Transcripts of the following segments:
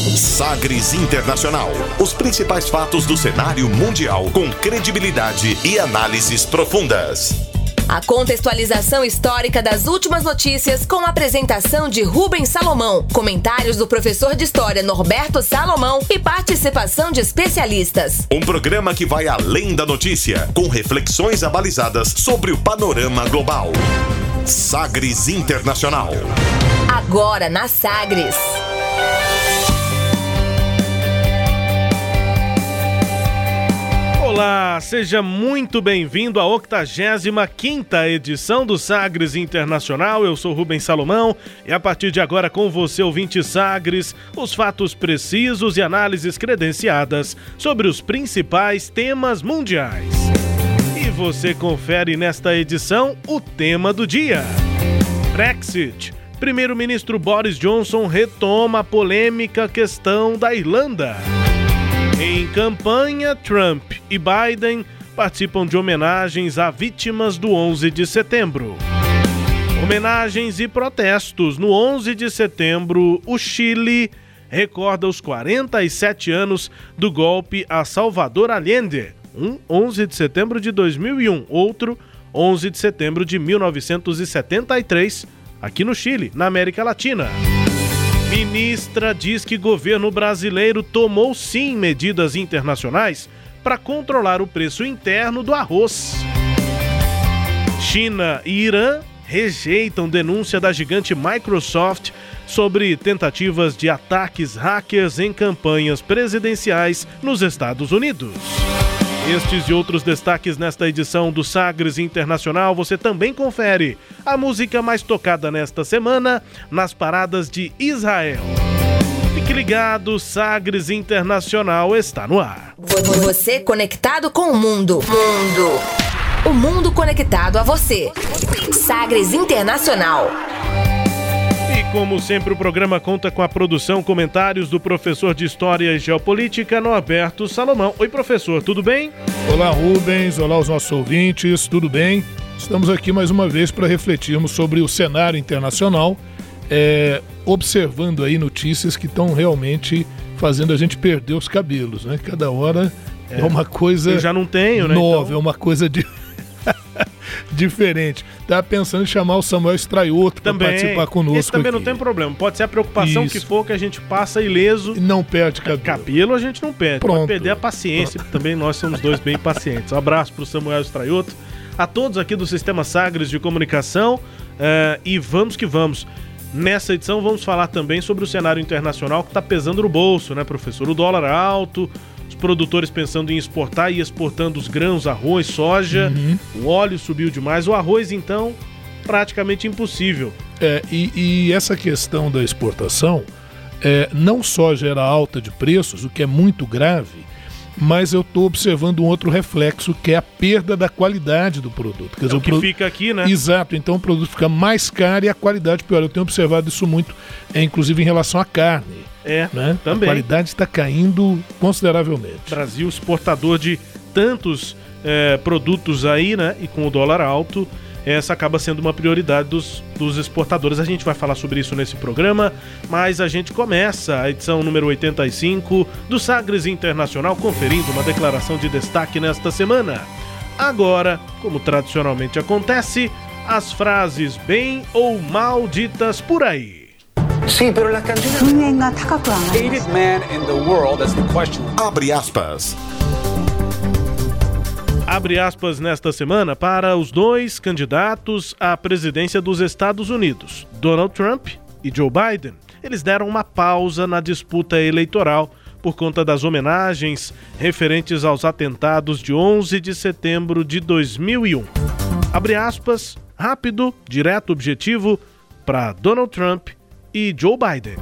Sagres Internacional. Os principais fatos do cenário mundial com credibilidade e análises profundas. A contextualização histórica das últimas notícias com a apresentação de Rubens Salomão, comentários do professor de História Norberto Salomão e participação de especialistas. Um programa que vai além da notícia, com reflexões abalizadas sobre o panorama global. Sagres Internacional. Agora na Sagres. Olá, seja muito bem-vindo à 85ª edição do Sagres Internacional. Eu sou Rubens Salomão e a partir de agora com você, ouvinte Sagres, os fatos precisos e análises credenciadas sobre os principais temas mundiais. E você confere nesta edição o tema do dia. Brexit. Primeiro-ministro Boris Johnson retoma a polêmica questão da Irlanda. Em campanha, Trump e Biden participam de homenagens a vítimas do 11 de setembro. Homenagens e protestos. No 11 de setembro, o Chile recorda os 47 anos do golpe a Salvador Allende. Um 11 de setembro de 2001, outro 11 de setembro de 1973, aqui no Chile, na América Latina. Ministra diz que governo brasileiro tomou sim medidas internacionais para controlar o preço interno do arroz. China e Irã rejeitam denúncia da gigante Microsoft sobre tentativas de ataques hackers em campanhas presidenciais nos Estados Unidos. Estes e outros destaques nesta edição do Sagres Internacional. Você também confere a música mais tocada nesta semana nas paradas de Israel. Fique ligado, Sagres Internacional está no ar. Você conectado com o mundo. O mundo conectado a você. Sagres Internacional. E como sempre, o programa conta com a produção, comentários do professor de História e Geopolítica, Norberto Salomão. Oi, professor, tudo bem? Olá, Rubens. Olá aos nossos ouvintes, tudo bem? Estamos aqui mais uma vez para refletirmos sobre o cenário internacional, observando aí notícias que estão realmente fazendo a gente perder os cabelos, né? Cada hora é uma coisa... Eu já não tenho, né? Nova, então... é uma coisa diferente. Tava pensando em chamar o Samuel Straiotto para participar conosco. Esse também aqui. Não tem problema. Pode ser a preocupação que for, que a gente passa ileso. E não perde cabelo. Cabelo a gente não perde. Pronto. Pode perder a paciência. Também nós somos dois bem pacientes. Um abraço para o Samuel Straiotto, a todos aqui do Sistema Sagres de Comunicação. E vamos que vamos. Nessa edição vamos falar também sobre o cenário internacional que está pesando no bolso, né, professor? O dólar alto, os produtores pensando em exportar e exportando os grãos, arroz, soja, o óleo subiu demais, o arroz, então, praticamente impossível. E essa questão da exportação não só gera alta de preços, o que é muito grave, mas eu estou observando um outro reflexo, que é a perda da qualidade do produto. Quer dizer, o que fica aqui, né? Exato, então o produto fica mais caro e a qualidade pior. Eu tenho observado isso muito, inclusive em relação à carne. Né? Também. A qualidade está caindo consideravelmente. Brasil, exportador de tantos produtos aí, né? E com o dólar alto, essa acaba sendo uma prioridade dos exportadores. A gente vai falar sobre isso nesse programa, mas a gente começa a edição número 85 do Sagres Internacional conferindo uma declaração de destaque nesta semana. Agora, como tradicionalmente acontece, as frases bem ou mal ditas por aí. Abre aspas. Abre aspas nesta semana para os dois candidatos à presidência dos Estados Unidos, Donald Trump e Joe Biden. Eles deram uma pausa na disputa eleitoral por conta das homenagens referentes aos atentados de 11 de setembro de 2001. Abre aspas, rápido, direto, objetivo, para Donald Trump e Joe Biden.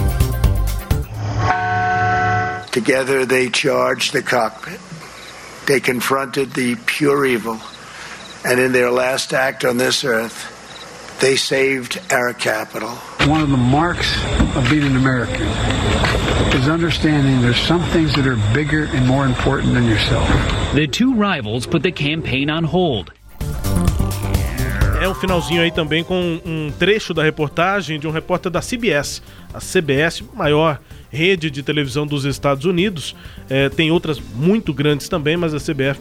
Together they charged the cockpit. They confronted the pure evil, and in their last act on this earth, they saved our capital. One of the marks of being an American is understanding there's some things that are bigger and more important than yourself. The two rivals put the campaign on hold. É um finalzinho aí também com um trecho da reportagem de um repórter da CBS, a CBS, maior rede de televisão dos Estados Unidos. Tem outras muito grandes também, mas a CBS,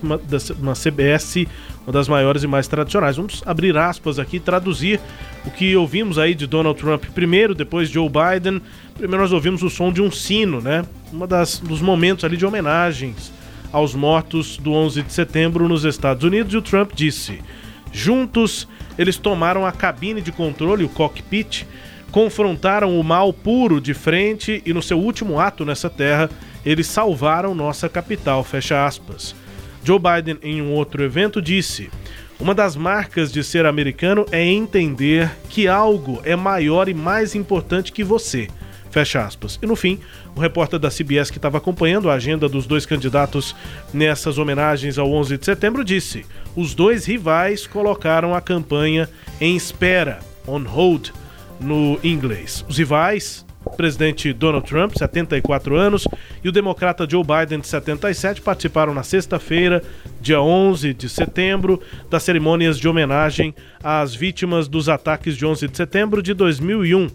uma das maiores e mais tradicionais. Vamos abrir aspas aqui e traduzir o que ouvimos aí de Donald Trump primeiro, depois Joe Biden. Primeiro nós ouvimos o som de um sino, né? Dos momentos ali de homenagens aos mortos do 11 de setembro nos Estados Unidos. E o Trump disse: juntos eles tomaram a cabine de controle, o cockpit, confrontaram o mal puro de frente e no seu último ato nessa terra, eles salvaram nossa capital, fecha aspas. Joe Biden, em um outro evento, disse: uma das marcas de ser americano é entender que algo é maior e mais importante que você, fecha aspas. E no fim, o repórter da CBS que estava acompanhando a agenda dos dois candidatos nessas homenagens ao 11 de setembro disse: os dois rivais colocaram a campanha em espera, on hold, no inglês. Os rivais, o presidente Donald Trump, 74 anos, e o democrata Joe Biden, de 77, participaram na sexta-feira, dia 11 de setembro, das cerimônias de homenagem às vítimas dos ataques de 11 de setembro de 2001,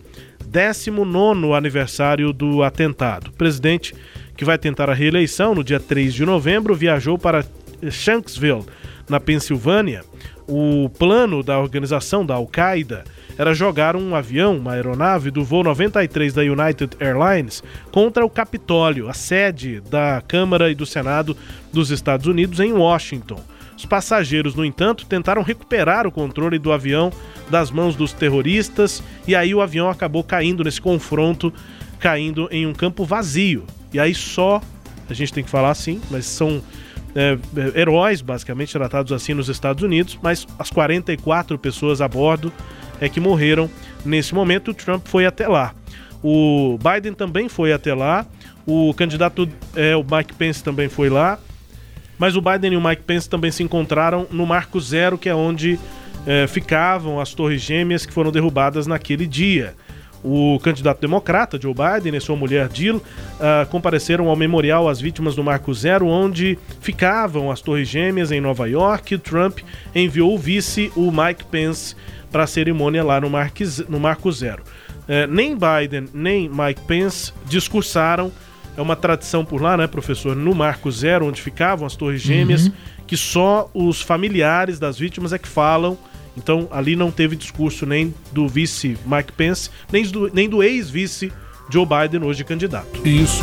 19º aniversário do atentado. O presidente, que vai tentar a reeleição no dia 3 de novembro, viajou para Shanksville, na Pensilvânia. O plano da organização da Al-Qaeda era jogar um avião, uma aeronave do voo 93 da United Airlines contra o Capitólio, a sede da Câmara e do Senado dos Estados Unidos, em Washington. Os passageiros, no entanto, tentaram recuperar o controle do avião das mãos dos terroristas e aí o avião acabou caindo nesse confronto, caindo em um campo vazio. E aí só, a gente tem que falar assim, mas são heróis, basicamente, tratados assim nos Estados Unidos, mas as 44 pessoas a bordo que morreram nesse momento. O Trump foi até lá. O Biden também foi até lá. O candidato, o Mike Pence, também foi lá. Mas o Biden e o Mike Pence também se encontraram no Marco Zero, que é onde ficavam as torres gêmeas que foram derrubadas naquele dia. O candidato democrata, Joe Biden, e sua mulher Jill, compareceram ao memorial às vítimas do Marco Zero, onde ficavam as torres gêmeas em Nova York. O Trump enviou o vice, o Mike Pence, para a cerimônia lá no Marco Zero. Nem Biden, nem Mike Pence discursaram. É uma tradição por lá, né, professor? No Marco Zero, onde ficavam as torres gêmeas, que só os familiares das vítimas é que falam. Então, ali não teve discurso nem do vice Mike Pence, nem do ex-vice Joe Biden, hoje candidato. Isso,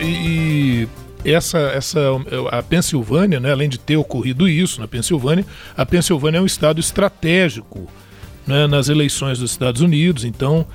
a Pensilvânia, né, além de ter ocorrido isso na Pensilvânia, a Pensilvânia é um estado estratégico, né, nas eleições dos Estados Unidos. Então,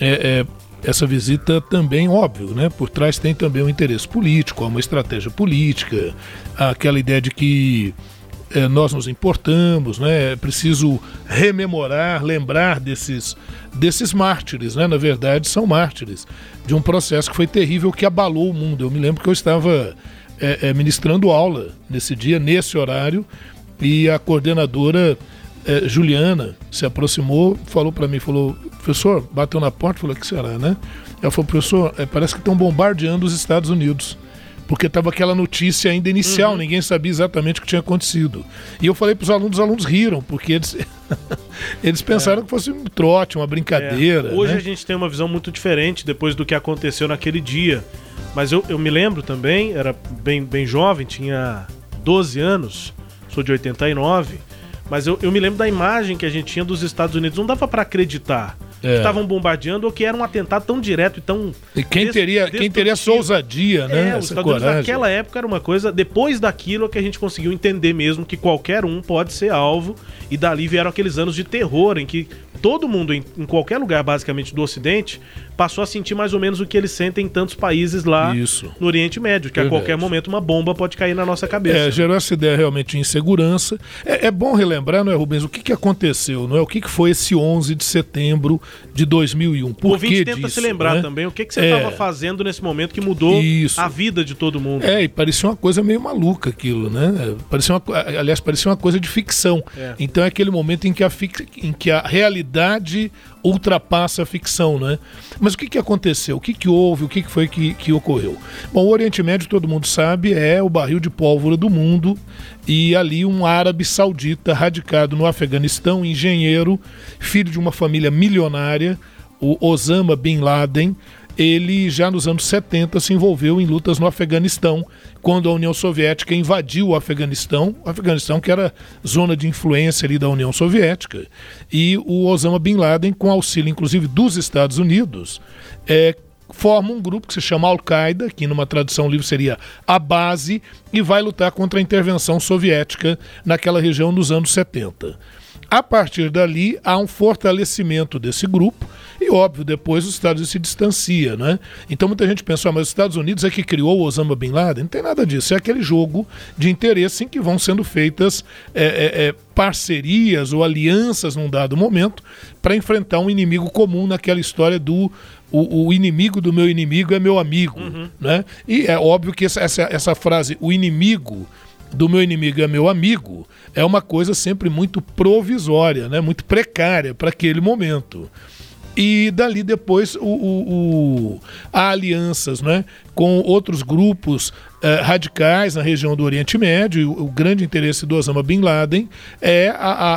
essa visita também, óbvio, né, por trás tem também um interesse político, uma estratégia política, aquela ideia de que nós nos importamos, né? É preciso rememorar, lembrar desses mártires, né? Na verdade, são mártires de um processo que foi terrível, que abalou o mundo. Eu me lembro que eu estava ministrando aula nesse dia, nesse horário, e a coordenadora Juliana se aproximou, falou para mim, falou: professor, bateu na porta, falou: o que será, né? Ela falou: professor, parece que estão bombardeando os Estados Unidos. Porque estava aquela notícia ainda inicial, ninguém sabia exatamente o que tinha acontecido. E eu falei para os alunos riram, porque eles pensaram que fosse um trote, uma brincadeira. Hoje, né? A gente tem uma visão muito diferente depois do que aconteceu naquele dia. Mas eu me lembro também, era bem jovem, tinha 12 anos, sou de 89, mas eu me lembro da imagem que a gente tinha dos Estados Unidos. Não dava para acreditar que estavam bombardeando ou que era um atentado tão direto e tão... E quem teria essa ousadia, né? Os Estados Unidos naquela época era uma coisa... Depois daquilo é que a gente conseguiu entender mesmo que qualquer um pode ser alvo, e dali vieram aqueles anos de terror em que todo mundo, em qualquer lugar basicamente do Ocidente, passou a sentir mais ou menos o que eles sentem em tantos países lá no Oriente Médio, que a qualquer momento uma bomba pode cair na nossa cabeça. Gerou essa ideia realmente de insegurança. É bom relembrar, não é, Rubens, o que aconteceu, não é? O que foi esse 11 de setembro de 2001? Por o ouvinte que tenta disso, se lembrar, né? também o que você estava fazendo nesse momento que mudou a vida de todo mundo. E parecia uma coisa meio maluca aquilo, né? Parecia uma coisa de ficção. Então é aquele momento em que a realidade ultrapassa a ficção, né? Mas o que aconteceu? O que houve? O que foi que ocorreu? Bom, o Oriente Médio, todo mundo sabe, é o barril de pólvora do mundo, e ali um árabe saudita radicado no Afeganistão, engenheiro, filho de uma família milionária, o Osama Bin Laden, ele já nos anos 70 se envolveu em lutas no Afeganistão, quando a União Soviética invadiu o Afeganistão que era zona de influência ali da União Soviética, e o Osama Bin Laden, com auxílio inclusive dos Estados Unidos, forma um grupo que se chama Al-Qaeda, que numa tradução livre seria a base, e vai lutar contra a intervenção soviética naquela região nos anos 70. A partir dali, há um fortalecimento desse grupo e, óbvio, depois os Estados Unidos se distancia, né? Então muita gente pensa, mas os Estados Unidos é que criou o Osama Bin Laden? Não tem nada disso, é aquele jogo de interesse em que vão sendo feitas parcerias ou alianças num dado momento para enfrentar um inimigo comum, naquela história do o inimigo do meu inimigo é meu amigo, né? E é óbvio que essa frase, o inimigo do meu inimigo é meu amigo, é uma coisa sempre muito provisória, né? Muito precária para aquele momento. E dali depois há alianças, né, com outros grupos radicais na região do Oriente Médio. O grande interesse do Osama Bin Laden é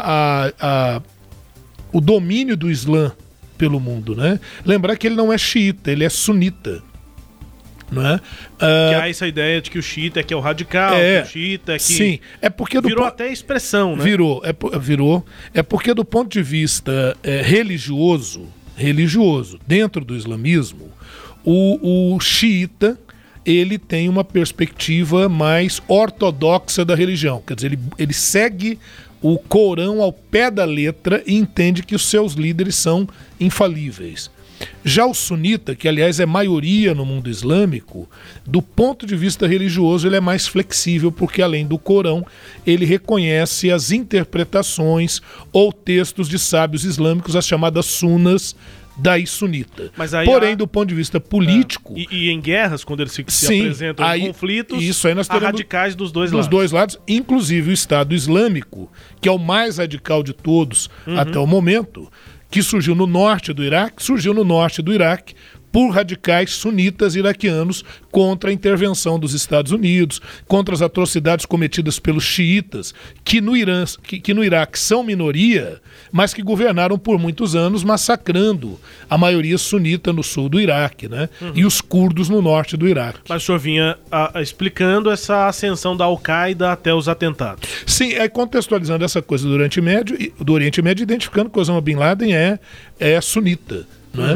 o domínio do Islã pelo mundo, né? Lembrar que ele não é xiita, ele é sunita. Não é? Que há essa ideia de que o xiita é que é o radical, que o xiita é que... Sim, é porque virou até expressão, né? Virou. É porque do ponto de vista religioso, dentro do islamismo, o xiita, ele tem uma perspectiva mais ortodoxa da religião. Quer dizer, ele segue o Corão ao pé da letra e entende que os seus líderes são infalíveis. Já o sunita, que aliás é maioria no mundo islâmico, do ponto de vista religioso ele é mais flexível, porque além do Corão, ele reconhece as interpretações ou textos de sábios islâmicos, as chamadas sunas, daí sunita. Porém, do ponto de vista político... E em guerras, quando eles se apresentam em conflitos, isso aí nós teremos radicais dos dois lados, inclusive o Estado Islâmico, que é o mais radical de todos até o momento, que surgiu no norte do Iraque, por radicais sunitas iraquianos contra a intervenção dos Estados Unidos, contra as atrocidades cometidas pelos xiitas, que no Iraque são minoria, mas que governaram por muitos anos, massacrando a maioria sunita no sul do Iraque, né? E os curdos no norte do Iraque. Mas o senhor vinha explicando essa ascensão da Al-Qaeda até os atentados. Sim, contextualizando essa coisa do Oriente Médio, identificando que Osama Bin Laden é sunita. Né?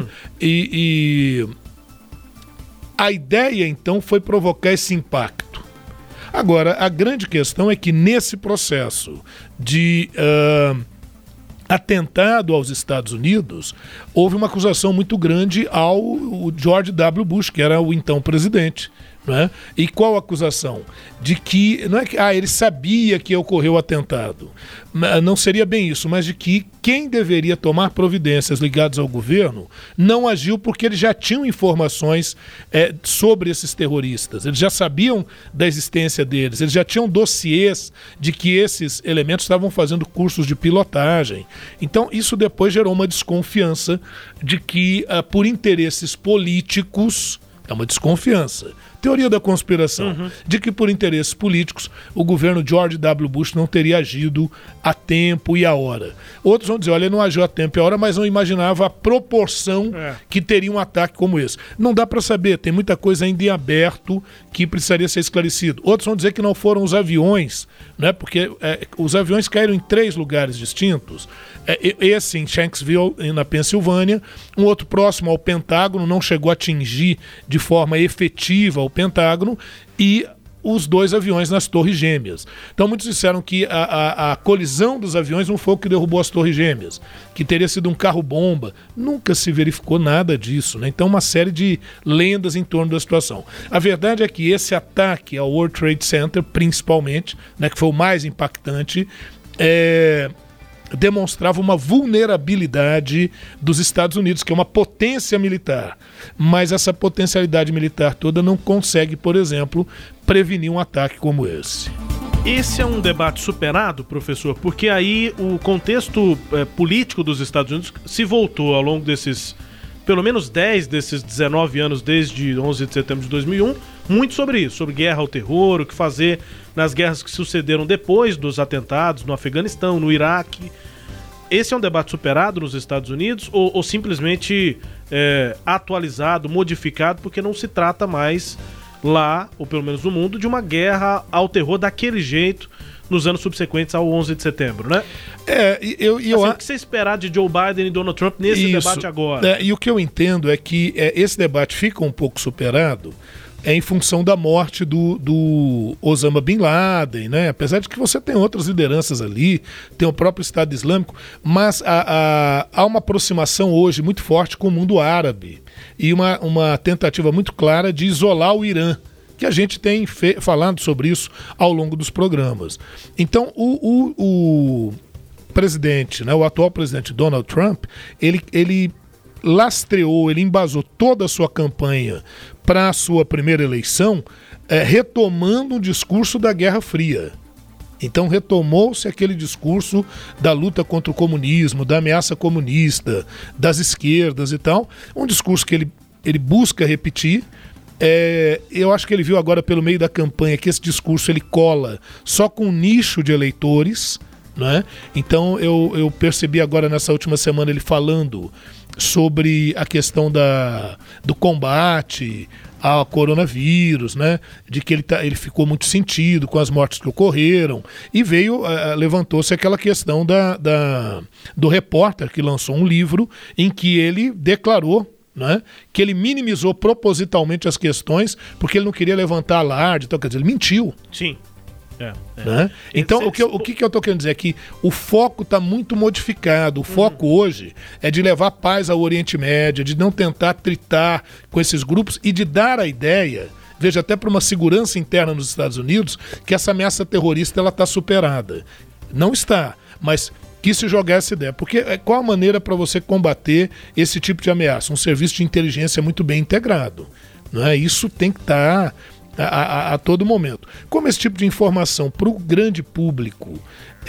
E a ideia então foi provocar esse impacto. Agora, a grande questão é que nesse processo de atentado aos Estados Unidos, houve uma acusação muito grande ao George W. Bush, que era o então presidente. Né? E qual a acusação? De que, não é que ele sabia que ocorreu o atentado, não seria bem isso, mas de que quem deveria tomar providências ligadas ao governo não agiu porque eles já tinham informações sobre esses terroristas, eles já sabiam da existência deles, eles já tinham dossiês de que esses elementos estavam fazendo cursos de pilotagem. Então isso depois gerou uma desconfiança de que por interesses políticos, é uma desconfiança, teoria da conspiração, de que por interesses políticos o governo George W. Bush não teria agido a tempo e a hora. Outros vão dizer, olha, ele não agiu a tempo e a hora, mas não imaginava a proporção que teria um ataque como esse. Não dá para saber, tem muita coisa ainda em aberto que precisaria ser esclarecido. Outros vão dizer que não foram os aviões, né? Porque os aviões caíram em 3 lugares distintos. Esse em Shanksville, na Pensilvânia, um outro próximo ao Pentágono, não chegou a atingir de forma efetiva o Pentágono, e os 2 aviões nas Torres Gêmeas. Então muitos disseram que a colisão dos aviões não foi o que derrubou as Torres Gêmeas, que teria sido um carro-bomba. Nunca se verificou nada disso, né? Então uma série de lendas em torno da situação. A verdade é que esse ataque ao World Trade Center, principalmente, né, que foi o mais impactante, demonstrava uma vulnerabilidade dos Estados Unidos, que é uma potência militar, mas essa potencialidade militar toda não consegue, por exemplo, prevenir um ataque como esse. Esse é um debate superado, professor, porque aí o contexto político dos Estados Unidos se voltou ao longo desses, pelo menos 10 desses 19 anos, desde 11 de setembro de 2001, muito sobre isso, sobre guerra ao terror, o que fazer nas guerras que sucederam depois dos atentados no Afeganistão, no Iraque. esse é um debate superado nos Estados Unidos ou simplesmente atualizado, modificado, porque não se trata mais lá, ou pelo menos no mundo, de uma guerra ao terror daquele jeito nos anos subsequentes ao 11 de setembro, né? O que você esperar de Joe Biden e Donald Trump nesse debate agora? E o que eu entendo é que esse debate fica um pouco superado em função da morte do Osama Bin Laden, né? Apesar de que você tem outras lideranças ali, tem o próprio Estado Islâmico, mas há uma aproximação hoje muito forte com o mundo árabe e uma tentativa muito clara de isolar o Irã, que a gente tem falado sobre isso ao longo dos programas. Então, o presidente, né, o atual presidente Donald Trump, ele lastreou, ele embasou toda a sua campanha para a sua primeira eleição, retomando um discurso da Guerra Fria. Então retomou-se aquele discurso da luta contra o comunismo, da ameaça comunista, das esquerdas e tal, um discurso que ele busca repetir. Eu acho que ele viu agora pelo meio da campanha que esse discurso ele cola só com um nicho de eleitores, né? Então eu percebi agora nessa última semana ele falando sobre a questão do combate ao coronavírus, né? De que ele ficou muito sentido com as mortes que ocorreram e levantou-se aquela questão do repórter que lançou um livro em que ele declarou, né, que ele minimizou propositalmente as questões porque ele não queria levantar alarde, então, quer dizer, ele mentiu. Sim. Né? Então, o que eu estou querendo dizer é que o foco está muito modificado. O foco hoje é de levar paz ao Oriente Médio, de não tentar tritar com esses grupos e de dar a ideia, veja, até para uma segurança interna nos Estados Unidos, que essa ameaça terrorista está superada. Não está, mas quis se jogar essa ideia. Porque qual a maneira para você combater esse tipo de ameaça? Um serviço de inteligência muito bem integrado. Não é? Isso tem que estar a todo momento. Como esse tipo de informação para o grande público,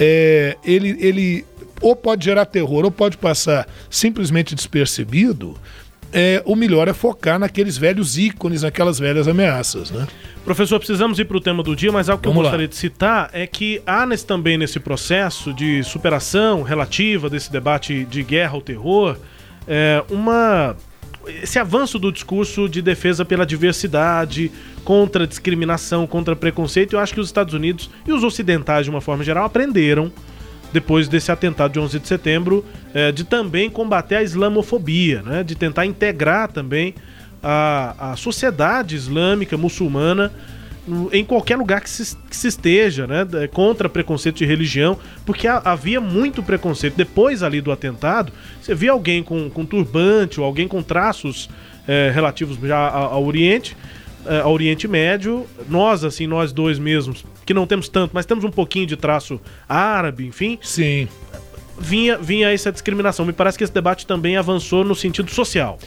ele ou pode gerar terror ou pode passar simplesmente despercebido, o melhor é focar naqueles velhos ícones, naquelas velhas ameaças, né? Professor, precisamos ir para o tema do dia, mas algo que eu gostaria de citar é que há também nesse processo de superação relativa desse debate de guerra ao terror, esse avanço do discurso de defesa pela diversidade, contra a discriminação, contra preconceito. Eu acho que os Estados Unidos e os ocidentais, de uma forma geral, aprenderam, depois desse atentado de 11 de setembro, de também combater a islamofobia, né? De tentar integrar também a sociedade islâmica, muçulmana, em qualquer lugar que se esteja, né? Contra preconceito de religião, porque havia muito preconceito. Depois ali do atentado, você via alguém com turbante ou alguém com traços relativos já ao Oriente Médio. Nós dois mesmos, que não temos tanto, mas temos um pouquinho de traço árabe, enfim. Sim. Vinha essa discriminação. Me parece que esse debate também avançou no sentido social.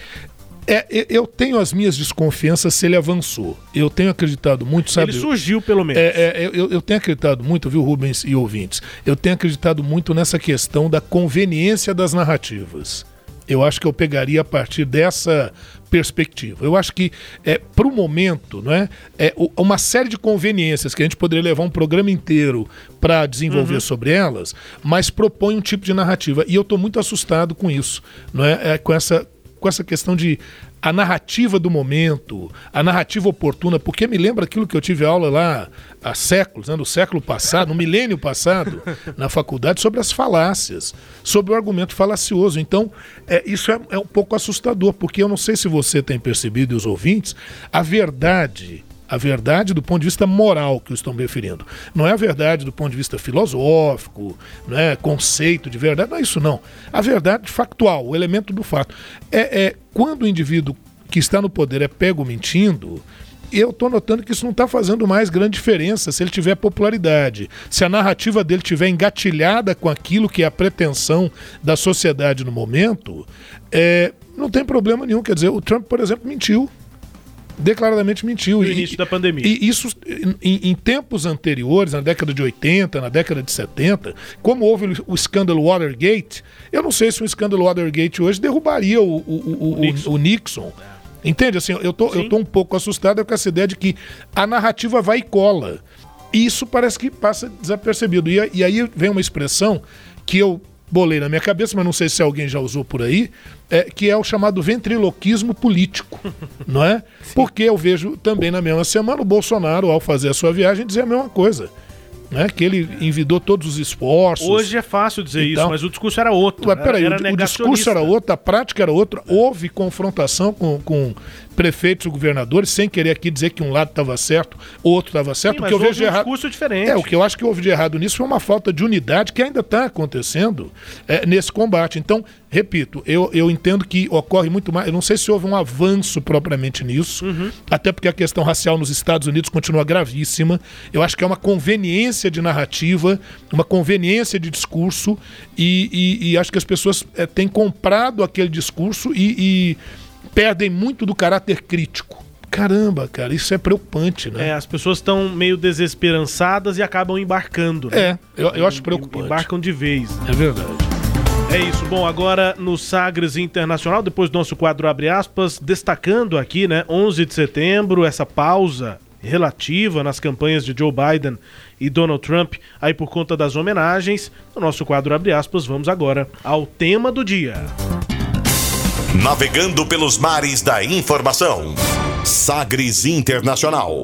Eu tenho as minhas desconfianças se ele avançou. Eu tenho acreditado muito, sabe? Ele surgiu, pelo menos. Eu tenho acreditado muito, viu, Rubens e ouvintes? Eu tenho acreditado muito nessa questão da conveniência das narrativas. Eu acho que eu pegaria a partir dessa perspectiva. Eu acho que, para o momento, não é uma série de conveniências que a gente poderia levar um programa inteiro para desenvolver sobre elas, mas propõe um tipo de narrativa. E eu estou muito assustado com isso, não é? Com essa questão de a narrativa do momento, a narrativa oportuna, porque me lembra aquilo que eu tive aula lá há séculos, no século passado, no milênio passado, na faculdade, sobre as falácias, sobre o argumento falacioso. Então, isso é um pouco assustador, porque eu não sei se você tem percebido, e os ouvintes, a verdade do ponto de vista moral que eu estou me referindo. Não é a verdade do ponto de vista filosófico, não é conceito de verdade, não é isso não. A verdade factual, o elemento do fato. Quando o indivíduo que está no poder é pego mentindo, eu estou notando que isso não está fazendo mais grande diferença se ele tiver popularidade. Se a narrativa dele estiver engatilhada com aquilo que é a pretensão da sociedade no momento, não tem problema nenhum. Quer dizer, o Trump, por exemplo, mentiu. Declaradamente mentiu. No início da pandemia. E isso, em tempos anteriores, na década de 80, na década de 70, como houve o escândalo Watergate, eu não sei se o escândalo Watergate hoje derrubaria o Nixon. Entende? Assim, eu tô um pouco assustado com essa ideia de que a narrativa vai e cola. E isso parece que passa desapercebido. E aí vem uma expressão que eu bolei na minha cabeça, mas não sei se alguém já usou por aí, que é o chamado ventriloquismo político, não é? Sim. Porque eu vejo também na mesma semana o Bolsonaro, ao fazer a sua viagem, dizer a mesma coisa. Né, que ele envidou todos os esforços. Hoje é fácil dizer isso, mas o discurso era outro. Mas peraí, o discurso era outro, a prática era outra. Houve confrontação com prefeitos e governadores, sem querer aqui dizer que um lado estava certo, outro estava certo. Sim, mas houve um discurso diferente. O que eu acho que houve de errado nisso foi uma falta de unidade que ainda está acontecendo nesse combate. Então, repito, eu entendo que ocorre muito mais. Eu não sei se houve um avanço propriamente nisso, até porque a questão racial nos Estados Unidos continua gravíssima. Eu acho que é uma conveniência de narrativa, uma conveniência de discurso, e acho que as pessoas têm comprado aquele discurso e perdem muito do caráter crítico. Caramba, cara, isso é preocupante, né? As pessoas estão meio desesperançadas e acabam embarcando, né? Eu acho preocupante. Embarcam de vez. É verdade. É isso. Bom, agora no Sagres Internacional, depois do nosso quadro Abre Aspas, destacando aqui, né, 11 de setembro, essa pausa relativa nas campanhas de Joe Biden e Donald Trump, aí por conta das homenagens. No nosso quadro Abre Aspas, vamos agora ao tema do dia. Navegando pelos mares da informação. Sagres Internacional.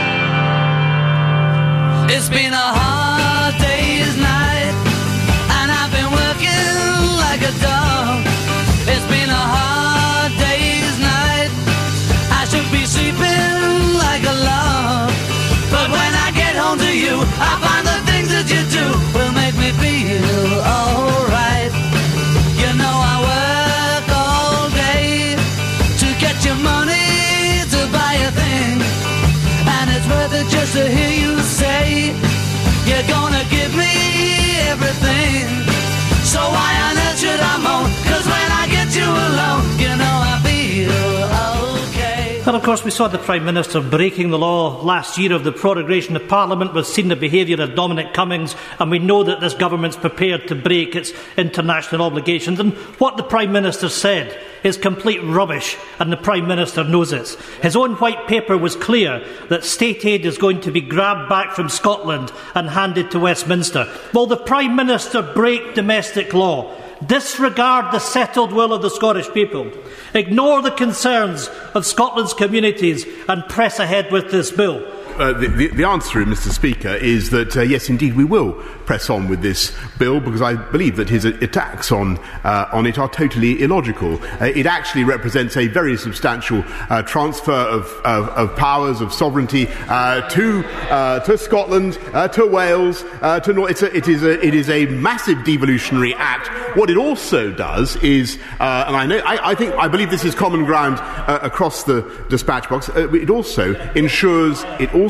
It's been a hard day's night, and I've been working like a dog. It's been a hard day's night, I should be sleeping like a log. But when I get home to you, I find the things that you do will make me feel alright. You know I work all day to get your money to buy a thing, and it's worth it just to hear you say you're gonna give me everything. So why on earth should I moan? 'Cause when I get you alone, you know I feel okay. And of course we saw the Prime Minister breaking the law last year of the prorogation of Parliament. We've seen the behaviour of Dominic Cummings, and we know that this government's prepared to break its international obligations. And what the Prime Minister said is complete rubbish, and the Prime Minister knows it. His own white paper was clear that state aid is going to be grabbed back from Scotland and handed to Westminster. Will the Prime Minister break domestic law, disregard the settled will of the Scottish people, ignore the concerns of Scotland's communities and press ahead with this bill? The answer, Mr. Speaker, is that yes, indeed, we will press on with this bill, because I believe that his attacks on it are totally illogical. It actually represents a very substantial transfer of powers, of sovereignty to Scotland, to Wales, to North. It is a massive devolutionary act. What it also does is, and I believe this is common ground across the dispatch box. It also ensures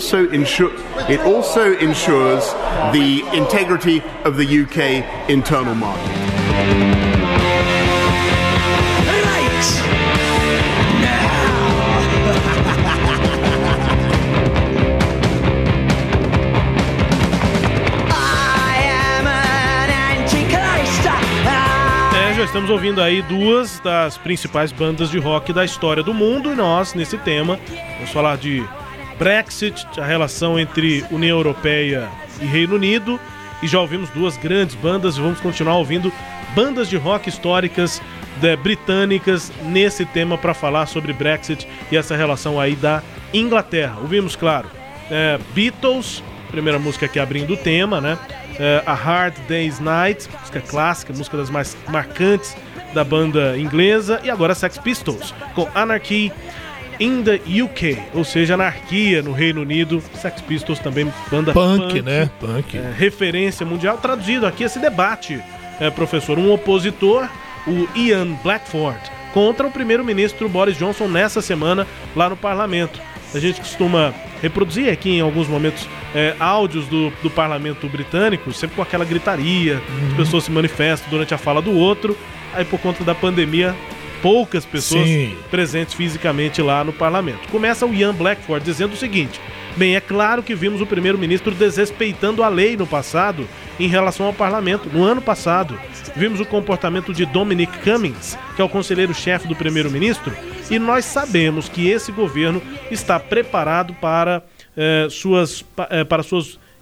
the integrity of the UK internal market. Já estamos ouvindo aí duas das principais bandas de rock da história do mundo, e nós, nesse tema, vamos falar de Brexit, a relação entre União Europeia e Reino Unido, e já ouvimos duas grandes bandas, e vamos continuar ouvindo bandas de rock históricas britânicas nesse tema para falar sobre Brexit e essa relação aí da Inglaterra. Ouvimos, claro, Beatles, primeira música aqui abrindo o tema, né? A Hard Day's Night, música clássica, música das mais marcantes da banda inglesa, e agora Sex Pistols com Anarchy in the UK, ou seja, anarquia no Reino Unido. Sex Pistols também banda punk, né? Punk. Referência mundial. Traduzido aqui esse debate, professor, um opositor, o Ian Blackford, contra o primeiro-ministro Boris Johnson nessa semana lá no parlamento. A gente costuma reproduzir aqui em alguns momentos áudios do parlamento britânico, sempre com aquela gritaria, as pessoas se manifestam durante a fala do outro. Aí, por conta da pandemia, poucas pessoas presentes fisicamente lá no parlamento. Começa o Ian Blackford dizendo o seguinte: bem, é claro que vimos o primeiro-ministro desrespeitando a lei no passado em relação ao parlamento. No ano passado, vimos o comportamento de Dominic Cummings, que é o conselheiro-chefe do primeiro-ministro, e nós sabemos que esse governo está preparado para suas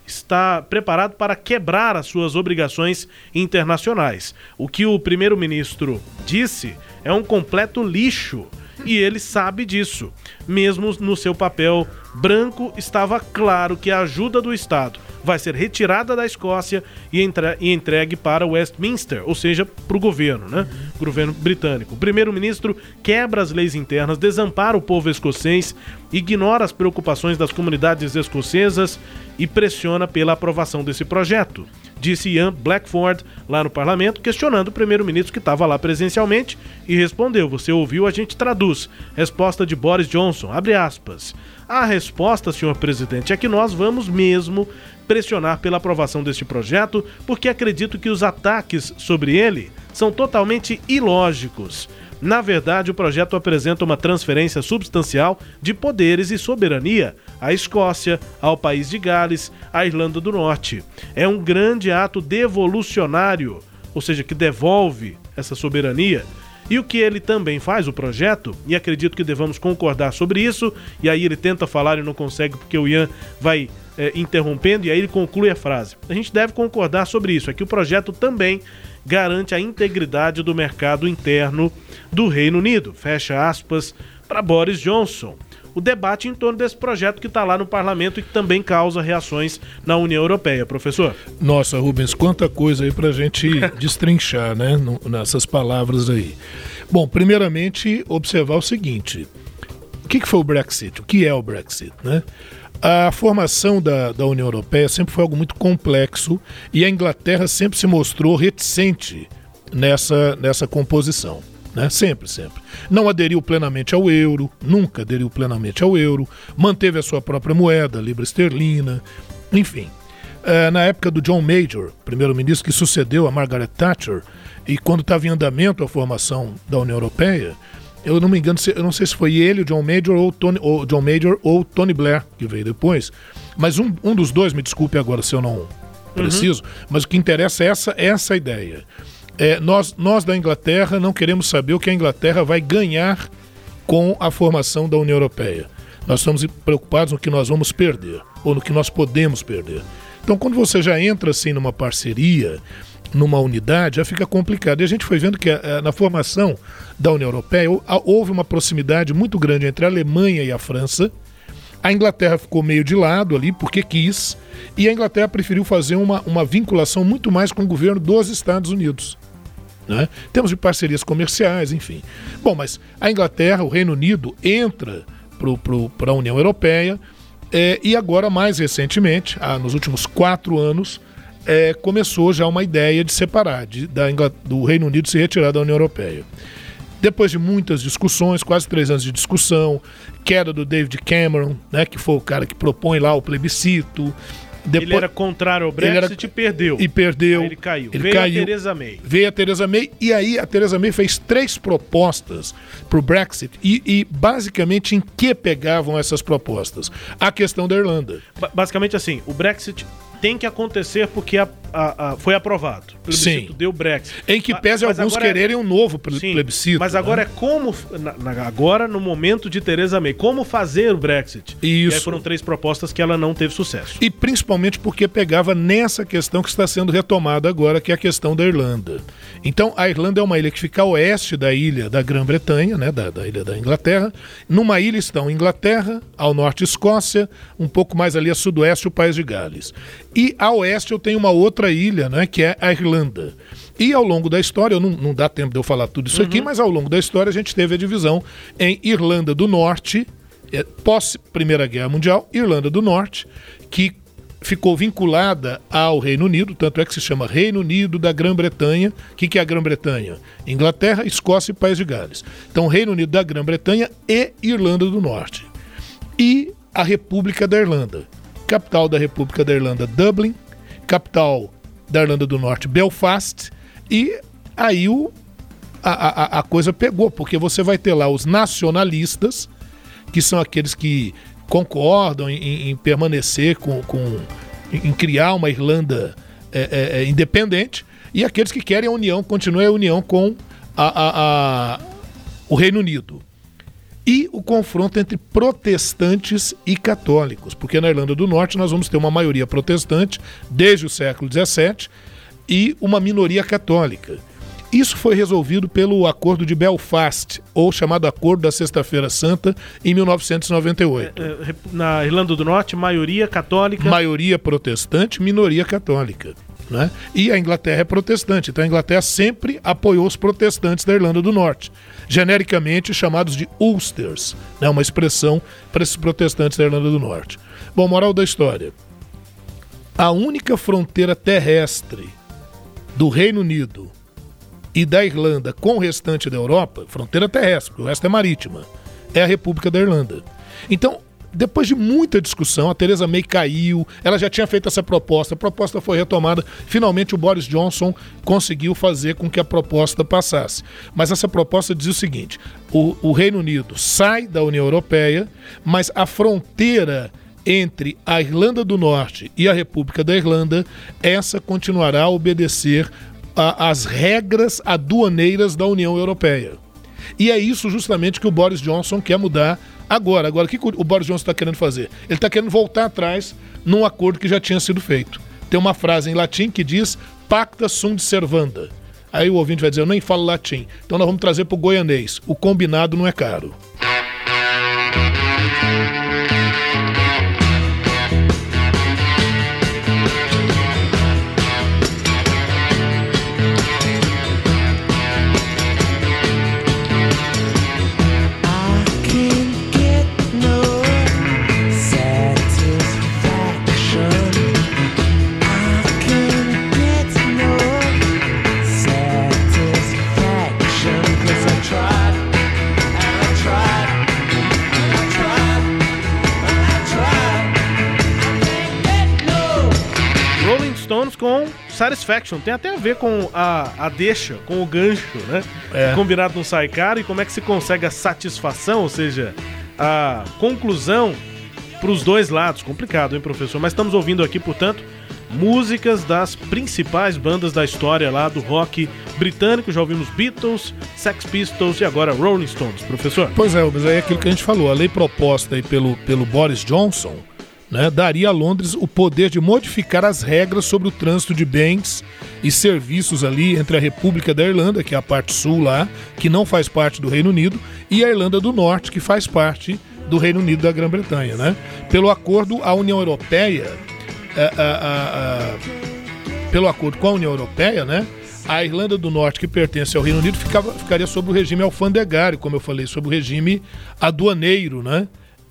está preparado para quebrar as suas obrigações internacionais. O que o primeiro-ministro disse é um completo lixo e ele sabe disso. Mesmo no seu papel branco, estava claro que a ajuda do Estado vai ser retirada da Escócia e entregue para Westminster, ou seja, para o governo, né? O governo britânico. O primeiro-ministro quebra as leis internas, desampara o povo escocês, ignora as preocupações das comunidades escocesas e pressiona pela aprovação desse projeto, disse Ian Blackford lá no parlamento, questionando o primeiro-ministro que estava lá presencialmente e respondeu: você ouviu, a gente traduz. Resposta de Boris Johnson, abre aspas. A resposta, senhor presidente, é que nós vamos mesmo pressionar pela aprovação deste projeto, porque acredito que os ataques sobre ele são totalmente ilógicos. Na verdade, o projeto apresenta uma transferência substancial de poderes e soberania à Escócia, ao País de Gales, à Irlanda do Norte. É um grande ato devolucionário, ou seja, que devolve essa soberania. E o que ele também faz, o projeto, e acredito que devamos concordar sobre isso, e aí ele tenta falar e não consegue porque o Ian vai interrompendo, e aí ele conclui a frase. A gente deve concordar sobre isso, é que o projeto também garante a integridade do mercado interno do Reino Unido, fecha aspas, para Boris Johnson. O debate em torno desse projeto que está lá no parlamento e que também causa reações na União Europeia, professor. Nossa, Rubens, quanta coisa aí para a gente destrinchar, né, nessas palavras aí. Bom, primeiramente, observar o seguinte: o que foi o Brexit? O que é o Brexit, né? A formação da União Europeia sempre foi algo muito complexo e a Inglaterra sempre se mostrou reticente nessa composição. Né? Sempre. Não aderiu plenamente ao euro, nunca aderiu plenamente ao euro, manteve a sua própria moeda, a libra esterlina, enfim. Na época do John Major, primeiro-ministro que sucedeu a Margaret Thatcher, e quando estava em andamento a formação da União Europeia, eu não me engano, eu não sei se foi ele, o John Major ou Tony Blair, que veio depois, mas um dos dois, me desculpe agora se eu não preciso, mas o que interessa é essa ideia. Nós da Inglaterra não queremos saber o que a Inglaterra vai ganhar com a formação da União Europeia. Nós estamos preocupados no que nós vamos perder, ou no que nós podemos perder. Então, quando você já entra assim numa parceria, numa unidade, já fica complicado. E a gente foi vendo que na formação da União Europeia houve uma proximidade muito grande entre a Alemanha e a França. A Inglaterra ficou meio de lado ali, porque quis, e a Inglaterra preferiu fazer uma vinculação muito mais com o governo dos Estados Unidos. Né? Temos de parcerias comerciais, enfim. Bom, mas a Inglaterra, o Reino Unido, entra para a União Europeia e agora, mais recentemente, nos últimos 4 anos, começou já uma ideia de separar, do Reino Unido se retirar da União Europeia. Depois de muitas discussões, quase 3 anos de discussão, queda do David Cameron, né, que foi o cara que propõe lá o plebiscito. Ele era contrário ao Brexit e perdeu. E perdeu. Aí ele caiu. Veio a Theresa May. E aí a Theresa May fez 3 propostas para o Brexit e basicamente em que pegavam essas propostas? A questão da Irlanda. Basicamente assim, o Brexit tem que acontecer porque foi aprovado. O plebiscito deu Brexit. Em que pese alguns quererem um novo plebiscito. Mas agora é como, agora no momento de Theresa May, como fazer o Brexit. Isso. E aí foram 3 propostas que ela não teve sucesso. E principalmente porque pegava nessa questão que está sendo retomada agora, que é a questão da Irlanda. Então a Irlanda é uma ilha que fica a oeste da ilha da Grã-Bretanha, né, da ilha da Inglaterra. Numa ilha estão Inglaterra, ao norte Escócia, um pouco mais ali a sudoeste o País de Gales. E a oeste eu tenho uma outra ilha, né, que é a Irlanda. E ao longo da história, não dá tempo de eu falar tudo isso aqui, mas ao longo da história a gente teve a divisão em Irlanda do Norte, pós-Primeira Guerra Mundial, Irlanda do Norte, que ficou vinculada ao Reino Unido, tanto é que se chama Reino Unido da Grã-Bretanha. O que é a Grã-Bretanha? Inglaterra, Escócia e País de Gales. Então, Reino Unido da Grã-Bretanha e Irlanda do Norte. E a República da Irlanda. Capital da República da Irlanda, Dublin. Capital da Irlanda do Norte, Belfast. E aí a coisa pegou, porque você vai ter lá os nacionalistas, que são aqueles que concordam em permanecer em criar uma Irlanda independente, e aqueles que querem a união, continue a união com o Reino Unido. e o confronto entre protestantes e católicos, porque na Irlanda do Norte nós vamos ter uma maioria protestante desde o século XVII e uma minoria católica. Isso foi resolvido pelo Acordo de Belfast, ou chamado Acordo da Sexta-feira Santa, em 1998. Na Irlanda do Norte, maioria católica... Maioria protestante, minoria católica. Né? E a Inglaterra é protestante, então a Inglaterra sempre apoiou os protestantes da Irlanda do Norte, genericamente chamados de Ulsters, né? Uma expressão para esses protestantes da Irlanda do Norte. Bom, moral da história: a única fronteira terrestre do Reino Unido e da Irlanda com o restante da Europa, fronteira terrestre, porque o resto é marítima, é a República da Irlanda. Então, depois de muita discussão, a Theresa May caiu, ela já tinha feito essa proposta, a proposta foi retomada, finalmente o Boris Johnson conseguiu fazer com que a proposta passasse. Mas essa proposta diz o seguinte: o Reino Unido sai da União Europeia, mas a fronteira entre a Irlanda do Norte e a República da Irlanda, essa continuará a obedecer às regras aduaneiras da União Europeia. E é isso justamente que o Boris Johnson quer mudar agora. Agora, o que o Boris Johnson está querendo fazer? Ele está querendo voltar atrás num acordo que já tinha sido feito. Tem uma frase em latim que diz pacta sunt servanda. Aí o ouvinte vai dizer, eu nem falo latim. Então nós vamos trazer para o goianês. O combinado não é caro. Com Satisfaction, tem até a ver com a deixa, com o gancho, né? Combinado não sai caro, e como é que se consegue a satisfação, ou seja, a conclusão para os dois lados. Complicado, hein, professor? Mas estamos ouvindo aqui, portanto, músicas das principais bandas da história lá do rock britânico. Já ouvimos Beatles, Sex Pistols e agora Rolling Stones, professor. Pois é, mas aí é aquilo que a gente falou, a lei proposta aí pelo Boris Johnson, né, daria a Londres o poder de modificar as regras sobre o trânsito de bens e serviços ali entre a República da Irlanda, que é a parte sul lá, que não faz parte do Reino Unido, e a Irlanda do Norte, que faz parte do Reino Unido da Grã-Bretanha, né? Pelo acordo, a União Europeia, pelo acordo com a União Europeia, né, a Irlanda do Norte, que pertence ao Reino Unido, ficaria sob o regime alfandegário, como eu falei, sob o regime aduaneiro, né,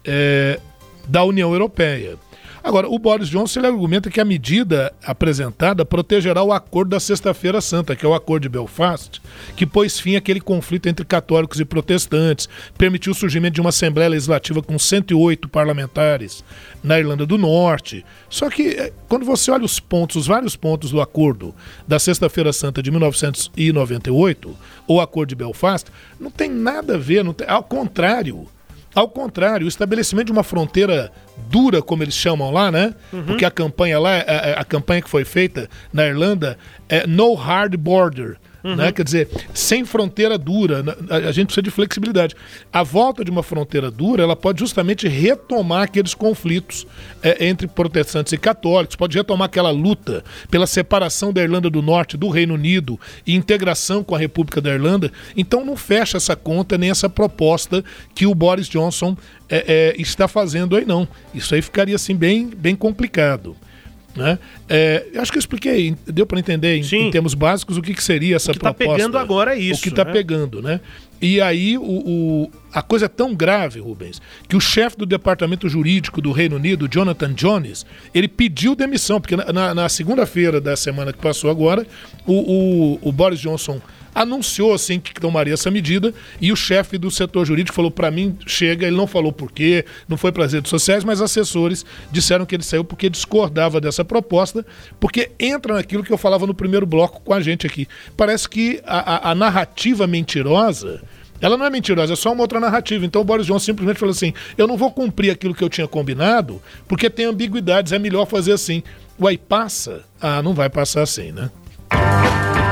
da União Europeia. Agora, o Boris Johnson ele argumenta que a medida apresentada protegerá o Acordo da Sexta-feira Santa, que é o Acordo de Belfast, que pôs fim àquele conflito entre católicos e protestantes, permitiu o surgimento de uma Assembleia Legislativa com 108 parlamentares na Irlanda do Norte. Só que, quando você olha os vários pontos do Acordo da Sexta-feira Santa de 1998, ou Acordo de Belfast, não tem nada a ver, ao contrário, o estabelecimento de uma fronteira dura, como eles chamam lá, né? Porque a campanha lá, a campanha que foi feita na Irlanda é No Hard Border, né? Quer dizer, sem fronteira dura, a gente precisa de flexibilidade. A volta de uma fronteira dura, ela pode justamente retomar aqueles conflitos entre protestantes e católicos, pode retomar aquela luta pela separação da Irlanda do Norte do Reino Unido e integração com a República da Irlanda. Então não fecha essa conta nem essa proposta que o Boris Johnson está fazendo aí, não. Isso aí ficaria assim bem complicado, né? Acho que eu expliquei, deu para entender em termos básicos o que seria essa proposta. O que está pegando agora é isso. O que está pegando, né? E aí a coisa é tão grave, Rubens, que o chefe do departamento jurídico do Reino Unido, Jonathan Jones, ele pediu demissão, porque na segunda-feira da semana que passou agora, o Boris Johnson anunciou assim que tomaria essa medida, e o chefe do setor jurídico falou, para mim chega, ele não falou por quê, não foi para as redes sociais, mas assessores disseram que ele saiu porque discordava dessa proposta, porque entra naquilo que eu falava no primeiro bloco com a gente aqui. Parece que a narrativa mentirosa, ela não é mentirosa, é só uma outra narrativa. Então o Boris Johnson simplesmente falou assim, eu não vou cumprir aquilo que eu tinha combinado, porque tem ambiguidades, é melhor fazer assim. Uai, passa? Ah, não vai passar assim, né?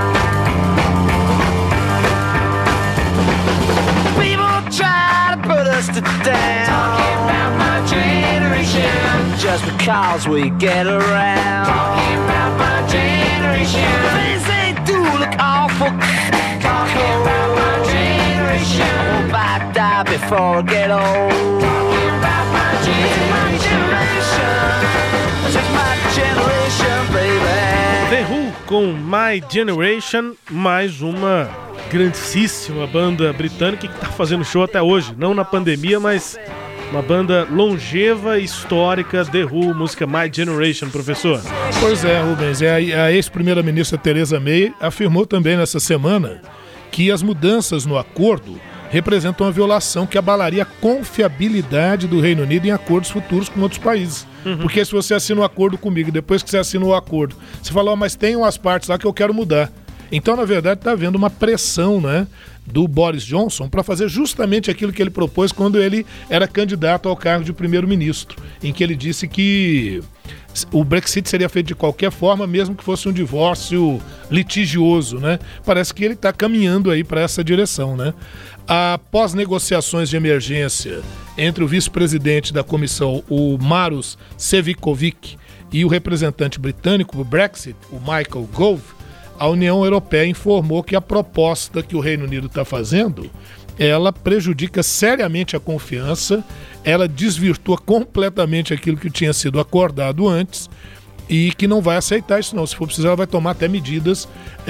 Try to put dust it down. Talking about my generation. Just because we get around. Talking about my generation. Things they do look awful. Talking about my generation. I hope I die before I get old. Talking about my generation. Just my generation, baby. The Who com My Generation, mais uma grandíssima banda britânica que está fazendo show até hoje, não na pandemia, mas uma banda longeva, histórica, The Who, música My Generation, professor. Pois é, Rubens, a ex-primeira-ministra Theresa May afirmou também nessa semana que as mudanças no acordo representam uma violação que abalaria a confiabilidade do Reino Unido em acordos futuros com outros países. Porque se você assina um acordo comigo, depois que você assina o acordo, você fala, mas tem umas partes lá que eu quero mudar. Então, na verdade, está havendo uma pressão, né, do Boris Johnson para fazer justamente aquilo que ele propôs quando ele era candidato ao cargo de primeiro-ministro, em que ele disse que o Brexit seria feito de qualquer forma, mesmo que fosse um divórcio litigioso, né? Parece que ele está caminhando aí para essa direção, né? Após negociações de emergência entre o vice-presidente da comissão, o Maros Sefcovic, e o representante britânico do Brexit, o Michael Gove, a União Europeia informou que a proposta que o Reino Unido está fazendo, ela prejudica seriamente a confiança, ela desvirtua completamente aquilo que tinha sido acordado antes e que não vai aceitar isso não. Se for preciso, ela vai tomar até medidas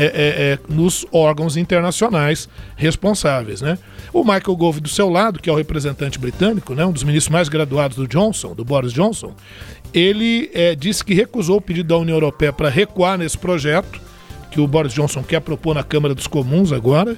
nos órgãos internacionais responsáveis, né? O Michael Gove, do seu lado, que é o representante britânico, né, um dos ministros mais graduados do Boris Johnson, ele disse que recusou o pedido da União Europeia para recuar nesse projeto que o Boris Johnson quer propor na Câmara dos Comuns agora,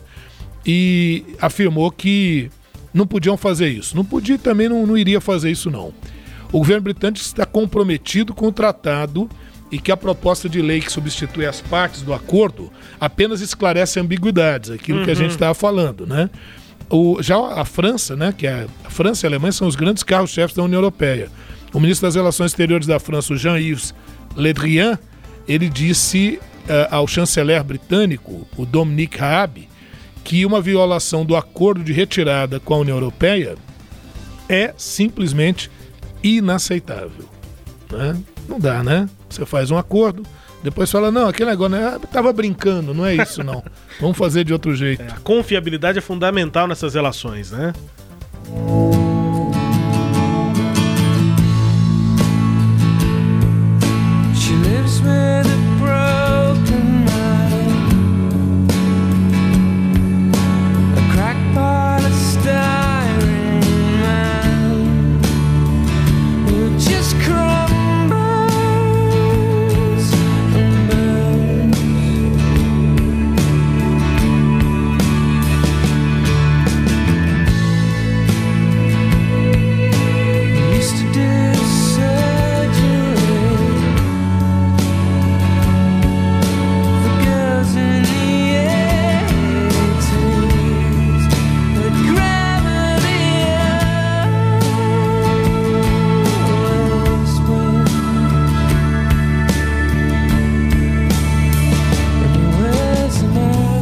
e afirmou que não podiam fazer isso. Não podia e também não iria fazer isso não. O governo britânico está comprometido com o tratado e que a proposta de lei que substitui as partes do acordo apenas esclarece ambiguidades, aquilo que a gente estava falando, né? Já a França, né, a França e a Alemanha são os grandes carros-chefes da União Europeia. O ministro das Relações Exteriores da França, o Jean-Yves Le Drian, ele disse ao chanceler britânico, o Dominic Raab, que uma violação do acordo de retirada com a União Europeia é simplesmente inaceitável, né? Não dá, né? Você faz um acordo, depois fala, não, aquele negócio, né? Tava brincando, não é isso não. Vamos fazer de outro jeito. A confiabilidade é fundamental nessas relações, né? She lives with a broken mind, a crackpot, a staring man who just crumbles and burns. We used to do surgery for girls in the 80s, but gravity always wins. And where's the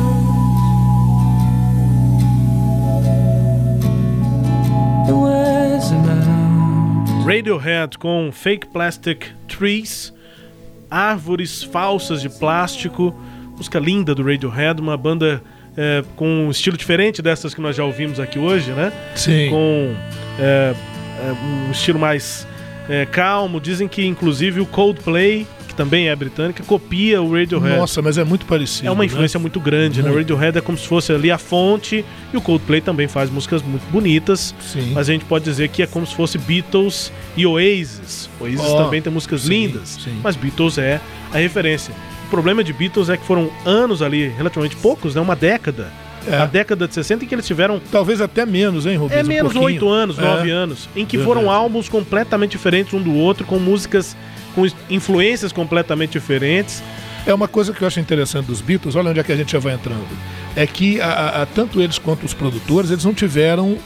mouse? Where's the mouse? Radiohead com Fake Plastic Trees, árvores falsas de plástico, música linda do Radiohead, uma banda com um estilo diferente dessas que nós já ouvimos aqui hoje, né? Sim. Com um estilo mais calmo. Dizem que inclusive o Coldplay, que também é britânica, copia o Radiohead. Nossa, mas é muito parecido. É uma influência muito grande, né? O Radiohead é como se fosse ali a fonte, e o Coldplay também faz músicas muito bonitas. Sim. Mas a gente pode dizer que é como se fosse Beatles e Oasis. Oasis também tem músicas lindas, mas Beatles é a referência. O problema de Beatles é que foram anos ali, relativamente poucos, né? Uma década. A década de 60 em que eles tiveram... Talvez até menos, hein, Rubens? Menos 8 anos, 9 anos. Em que foram álbuns completamente diferentes um do outro, com músicas com influências completamente diferentes. É uma coisa que eu acho interessante dos Beatles, olha onde é que a gente já vai entrando, é que tanto eles quanto os produtores, eles não tiveram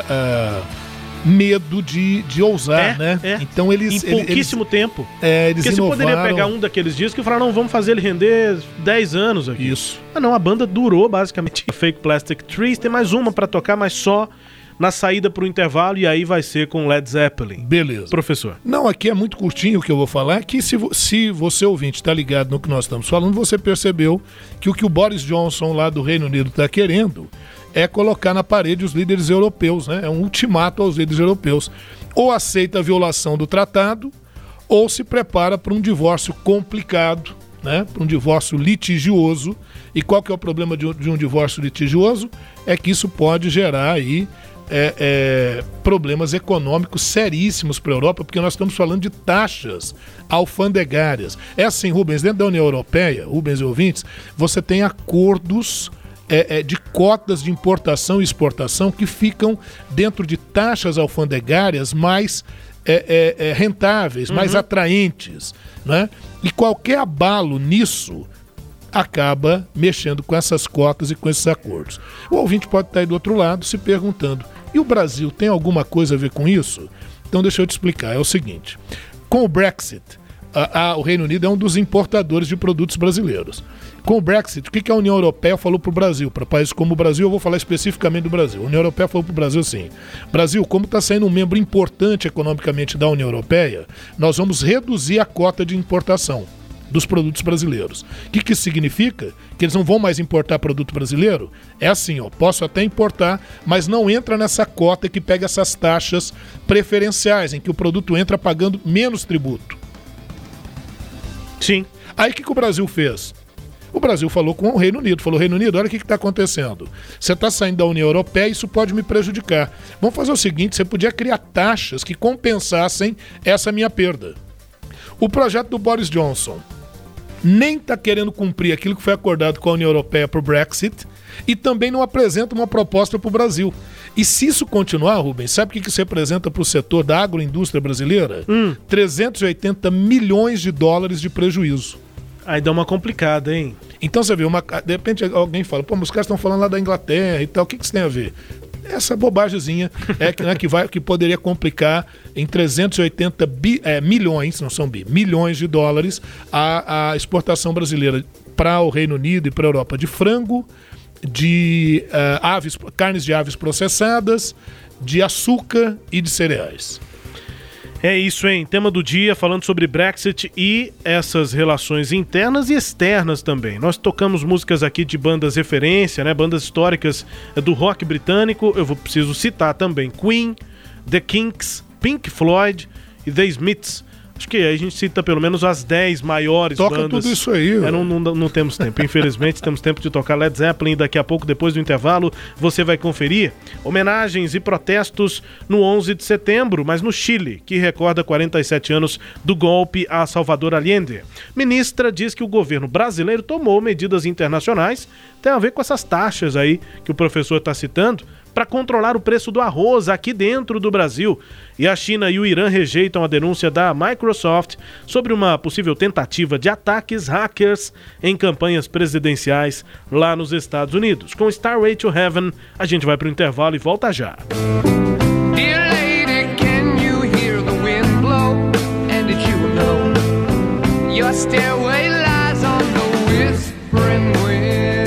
medo de ousar, né? Então eles... Em pouquíssimo tempo. Eles Porque inovaram. você poderia pegar um daqueles discos e falar, não, vamos fazer ele render 10 anos aqui. Isso. Não, a banda durou basicamente. Fake Plastic Trees, tem mais uma pra tocar, mas só na saída para o intervalo, e aí vai ser com Led Zeppelin. Beleza. Professor. Não, aqui é muito curtinho o que eu vou falar, que se você ouvinte está ligado no que nós estamos falando, você percebeu que o Boris Johnson lá do Reino Unido está querendo é colocar na parede os líderes europeus, né? É um ultimato aos líderes europeus. Ou aceita a violação do tratado, ou se prepara para um divórcio complicado, né? Para um divórcio litigioso. E qual que é o problema de um divórcio litigioso? É que isso pode gerar aí problemas econômicos seríssimos para a Europa, porque nós estamos falando de taxas alfandegárias. É assim, Rubens, dentro da União Europeia, Rubens e ouvintes, você tem acordos de cotas de importação e exportação que ficam dentro de taxas alfandegárias mais rentáveis, mais atraentes, né? E qualquer abalo nisso acaba mexendo com essas cotas e com esses acordos. O ouvinte pode estar aí do outro lado se perguntando, e o Brasil tem alguma coisa a ver com isso? Então deixa eu te explicar, é o seguinte, com o Brexit, o Reino Unido é um dos importadores de produtos brasileiros. Com o Brexit, o que a União Europeia falou para o Brasil? Para países como o Brasil, eu vou falar especificamente do Brasil. A União Europeia falou para o Brasil assim, Brasil, como está sendo um membro importante economicamente da União Europeia, nós vamos reduzir a cota de importação dos produtos brasileiros. O que isso significa? Que eles não vão mais importar produto brasileiro? É assim, posso até importar, mas não entra nessa cota que pega essas taxas preferenciais, em que o produto entra pagando menos tributo. Sim. Aí o que o Brasil fez? O Brasil falou com o Reino Unido, falou, Reino Unido, olha o que está acontecendo. Você está saindo da União Europeia, isso pode me prejudicar. Vamos fazer o seguinte, você podia criar taxas que compensassem essa minha perda. O projeto do Boris Johnson nem está querendo cumprir aquilo que foi acordado com a União Europeia para o Brexit e também não apresenta uma proposta para o Brasil. E se isso continuar, Rubens, sabe o que isso representa para o setor da agroindústria brasileira? 380 milhões de dólares de prejuízo. Aí dá uma complicada, hein? Então você vê, de repente alguém fala, pô, mas os caras estão falando lá da Inglaterra e tal, o que isso tem a ver? Essa bobagemzinha que poderia complicar em 380 milhões, não são milhões de dólares a exportação brasileira para o Reino Unido e para a Europa de frango, de carnes de aves processadas, de açúcar e de cereais. É isso, hein? Tema do dia, falando sobre Brexit e essas relações internas e externas também. Nós tocamos músicas aqui de bandas referência, né? Bandas históricas do rock britânico. Eu preciso citar também Queen, The Kinks, Pink Floyd e The Smiths. Acho que aí a gente cita pelo menos as 10 maiores bandas. Toca tudo isso aí. Não temos tempo. Infelizmente, temos tempo de tocar Led Zeppelin. Daqui a pouco, depois do intervalo, você vai conferir homenagens e protestos no 11 de setembro, mas no Chile, que recorda 47 anos do golpe a Salvador Allende. Ministra diz que o governo brasileiro tomou medidas internacionais, tem a ver com essas taxas aí que o professor está citando, para controlar o preço do arroz aqui dentro do Brasil. E a China e o Irã rejeitam a denúncia da Microsoft sobre uma possível tentativa de ataques hackers em campanhas presidenciais lá nos Estados Unidos. Com Starway to Heaven, a gente vai para o intervalo e volta já. Dear lady, can you hear the wind blow? And did you know your stairway lies on the whispering wind?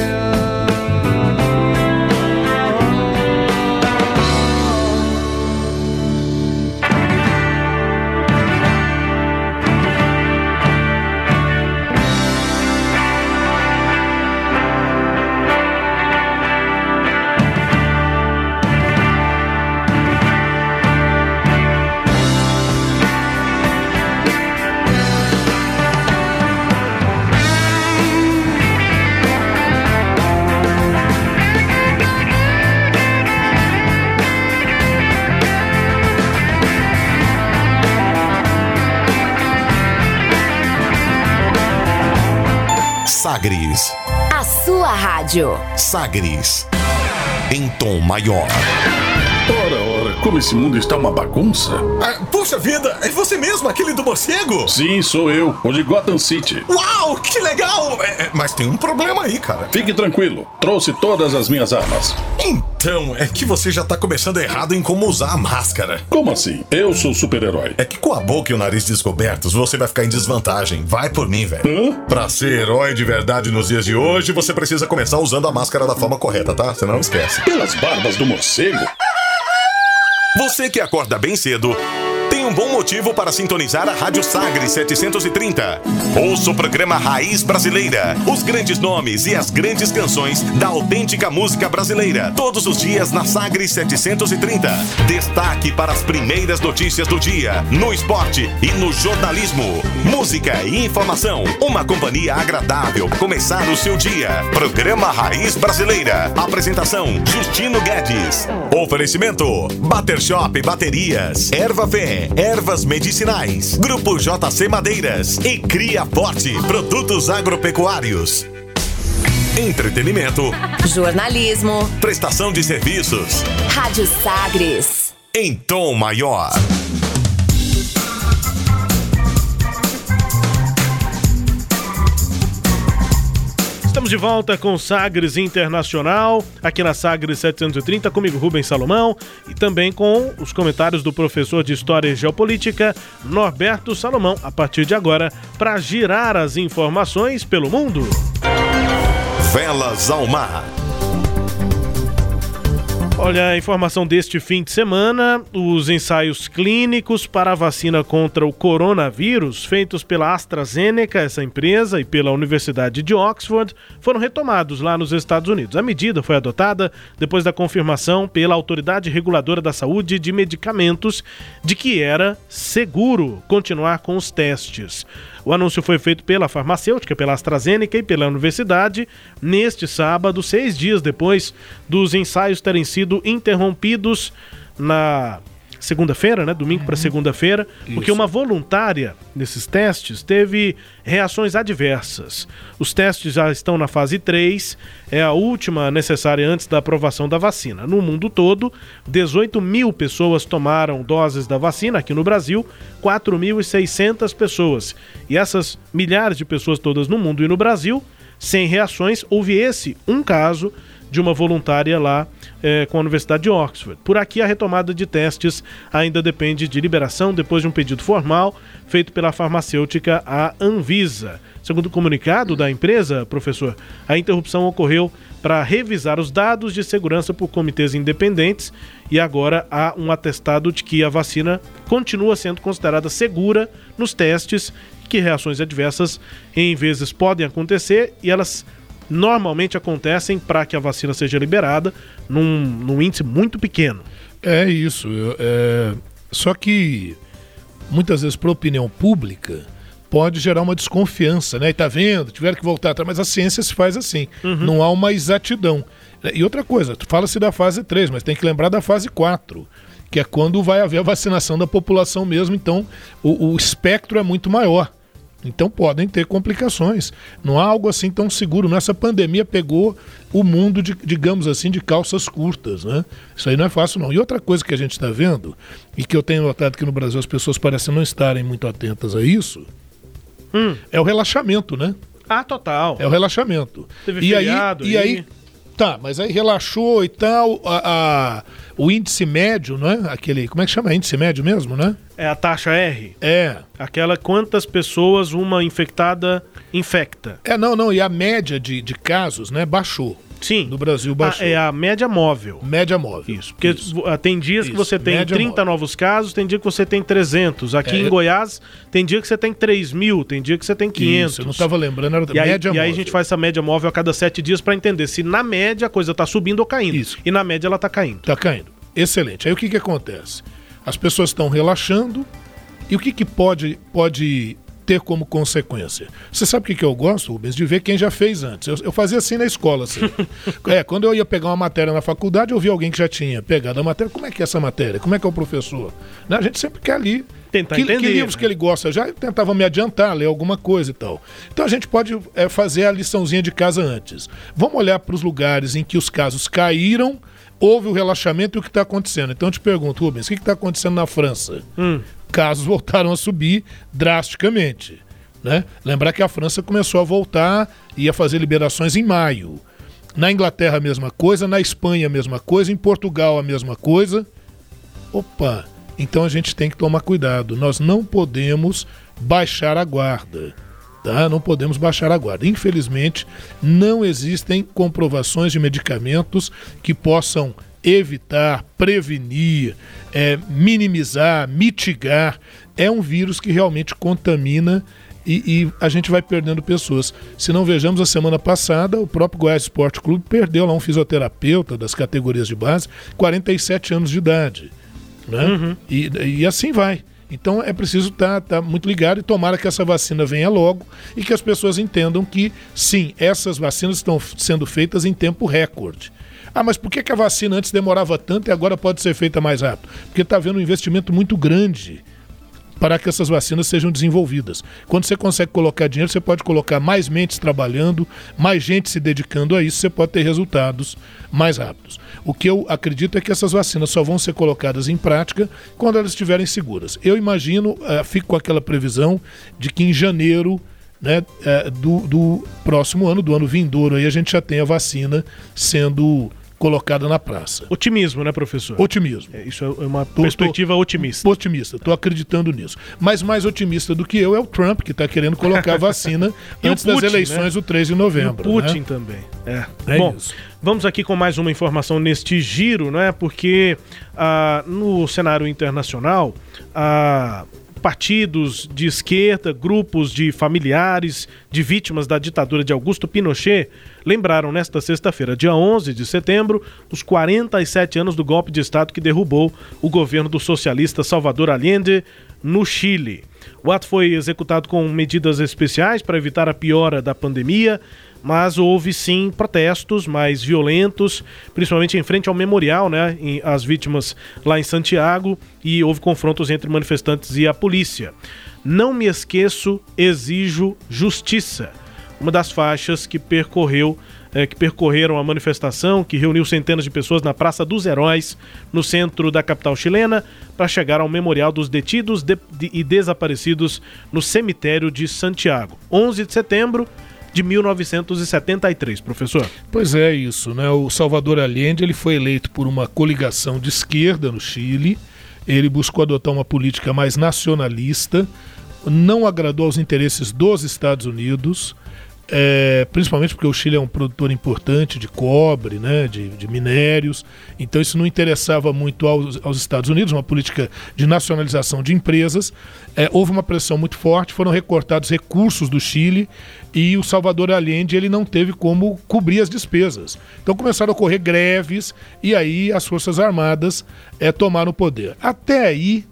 Sagres. A sua rádio. Sagres. Em tom maior. Ora, como esse mundo está uma bagunça. Puxa vida, é você mesmo, aquele do morcego? Sim, sou eu, o de Gotham City. Uau, que legal! Mas tem um problema aí, cara. Fique tranquilo, trouxe todas as minhas armas. Então, é que você já tá começando errado em como usar a máscara. Como assim? Eu sou super-herói. É que com a boca e o nariz descobertos, você vai ficar em desvantagem. Vai por mim, velho. Pra ser herói de verdade nos dias de hoje, você precisa começar usando a máscara da forma correta, tá? Você não esquece. Pelas barbas do morcego? Você que acorda bem cedo tem um bom motivo para sintonizar a Rádio Sagres 730. Ouça o programa Raiz Brasileira, os grandes nomes e as grandes canções da autêntica música brasileira, todos os dias na Sagres 730. Destaque para as primeiras notícias do dia, no esporte e no jornalismo. Música e informação, uma companhia agradável para começar o seu dia. Programa Raiz Brasileira. Apresentação, Justino Guedes. Oferecimento, Bater Shop Baterias, Erva Fé, Ervas Medicinais, Grupo JC Madeiras e Cria Forte, Produtos Agropecuários. Entretenimento, jornalismo, prestação de serviços. Rádio Sagres, em tom maior. Estamos de volta com Sagres Internacional, aqui na Sagres 730, comigo Rubens Salomão e também com os comentários do professor de História e Geopolítica, Norberto Salomão, a partir de agora, para girar as informações pelo mundo. Velas ao mar. Olha, a informação deste fim de semana, os ensaios clínicos para a vacina contra o coronavírus, feitos pela AstraZeneca, essa empresa, e pela Universidade de Oxford, foram retomados lá nos Estados Unidos. A medida foi adotada depois da confirmação pela Autoridade Reguladora da Saúde de Medicamentos de que era seguro continuar com os testes. O anúncio foi feito pela farmacêutica, pela AstraZeneca e pela universidade neste sábado, 6 dias depois dos ensaios terem sido interrompidos na segunda-feira, né? Domingo para segunda-feira, porque uma voluntária nesses testes teve reações adversas. Os testes já estão na fase 3, é a última necessária antes da aprovação da vacina. No mundo todo, 18 mil pessoas tomaram doses da vacina, aqui no Brasil, 4.600 pessoas. E essas milhares de pessoas todas no mundo e no Brasil, sem reações, houve um caso de uma voluntária lá com a Universidade de Oxford. Por aqui, a retomada de testes ainda depende de liberação depois de um pedido formal feito pela farmacêutica, a Anvisa. Segundo o comunicado da empresa, professor, a interrupção ocorreu para revisar os dados de segurança por comitês independentes e agora há um atestado de que a vacina continua sendo considerada segura nos testes, que reações adversas em vezes podem acontecer e elas normalmente acontecem para que a vacina seja liberada num índice muito pequeno. É isso. Só que muitas vezes para a opinião pública pode gerar uma desconfiança, né? E tá vendo, tiveram que voltar atrás, mas a ciência se faz assim, não há uma exatidão. E outra coisa, fala-se da fase 3, mas tem que lembrar da fase 4, que é quando vai haver a vacinação da população mesmo, então o espectro é muito maior. Então podem ter complicações. Não há algo assim tão seguro. Nessa pandemia pegou o mundo, digamos assim, de calças curtas, né? Isso aí não é fácil, não. E outra coisa que a gente está vendo, e que eu tenho notado que no Brasil as pessoas parecem não estarem muito atentas a isso, é o relaxamento, né? Ah, total. É o relaxamento. Teve feriado aí... Tá, mas aí relaxou e tal, o índice médio, não é? Aquele, como é que chama? Índice médio mesmo, né? É a taxa R. É. Aquela quantas pessoas uma infectada infecta. Não, e a média de casos, né, baixou. Sim. No Brasil baixou. É a média móvel. Média móvel. Isso, porque tem dias que você tem média 30 móvel. Novos casos, tem dia que você tem 300. Aqui em Goiás, tem dia que você tem 3.000, tem dia que você tem 500. Isso, eu não estava lembrando, era média móvel. E aí a gente faz essa média móvel a cada 7 dias para entender se na média a coisa está subindo ou caindo. Isso. E na média ela está caindo. Está caindo. Excelente. Aí o que acontece? As pessoas estão relaxando e o que pode ter como consequência? Você sabe o que eu gosto, Rubens? De ver quem já fez antes. Eu fazia assim na escola. Assim. Quando eu ia pegar uma matéria na faculdade, eu via alguém que já tinha pegado a matéria. Como é que é essa matéria? Como é que é o professor? Né? A gente sempre quer ali tentar entender, que livros que ele gosta. Já tentava me adiantar, ler alguma coisa e tal. Então a gente pode fazer a liçãozinha de casa antes. Vamos olhar para os lugares em que os casos caíram, houve o relaxamento e o que está acontecendo. Então eu te pergunto, Rubens, o que está acontecendo na França? Casos voltaram a subir drasticamente, né? Lembrar que a França começou a voltar e a fazer liberações em maio. Na Inglaterra a mesma coisa, na Espanha a mesma coisa, em Portugal a mesma coisa. Opa, então a gente tem que tomar cuidado. Nós não podemos baixar a guarda, tá? Não podemos baixar a guarda. Infelizmente, não existem comprovações de medicamentos que possam evitar, prevenir, minimizar, mitigar. É um vírus que realmente contamina e a gente vai perdendo pessoas. Se não vejamos, a semana passada o próprio Goiás Esporte Clube perdeu lá um fisioterapeuta das categorias de base, 47 anos de idade, né? Uhum. E assim vai. Então é preciso estar muito ligado e tomara que essa vacina venha logo e que as pessoas entendam que sim, essas vacinas estão sendo feitas em tempo recorde. Ah, mas por que a vacina antes demorava tanto e agora pode ser feita mais rápido? Porque está havendo um investimento muito grande para que essas vacinas sejam desenvolvidas. Quando você consegue colocar dinheiro, você pode colocar mais mentes trabalhando, mais gente se dedicando a isso, você pode ter resultados mais rápidos. O que eu acredito é que essas vacinas só vão ser colocadas em prática quando elas estiverem seguras. Eu imagino, fico com aquela previsão de que em janeiro, né, do próximo ano, do ano vindouro, aí a gente já tem a vacina sendo colocada na praça. Otimismo, né, professor? Otimismo. Isso é uma perspectiva otimista. Otimista, estou acreditando nisso. Mas mais otimista do que eu é o Trump, que está querendo colocar a vacina antes Putin, das eleições, do 3 de novembro. E o Putin, né? Também. Bom, isso. Vamos aqui com mais uma informação neste giro, né? Porque no cenário internacional, partidos de esquerda, grupos de familiares de vítimas da ditadura de Augusto Pinochet lembraram nesta sexta-feira, dia 11 de setembro, os 47 anos do golpe de Estado que derrubou o governo do socialista Salvador Allende no Chile. O ato foi executado com medidas especiais para evitar a piora da pandemia, mas houve sim protestos mais violentos, principalmente em frente ao memorial, né, às vítimas lá em Santiago, e houve confrontos entre manifestantes e a polícia. Não me esqueço, exijo justiça. Uma das faixas que percorreram a manifestação, que reuniu centenas de pessoas na Praça dos Heróis, no centro da capital chilena, para chegar ao memorial dos detidos e desaparecidos no cemitério de Santiago. 11 de setembro de 1973, professor. Pois é isso, né? O Salvador Allende, ele foi eleito por uma coligação de esquerda no Chile. Ele buscou adotar uma política mais nacionalista, não agradou aos interesses dos Estados Unidos, principalmente porque o Chile é um produtor importante de cobre, né, de minérios, então isso não interessava muito aos Estados Unidos, uma política de nacionalização de empresas. Houve uma pressão muito forte, foram recortados recursos do Chile e o Salvador Allende, ele não teve como cobrir as despesas. Então começaram a ocorrer greves e aí as Forças Armadas tomaram o poder. Até aí.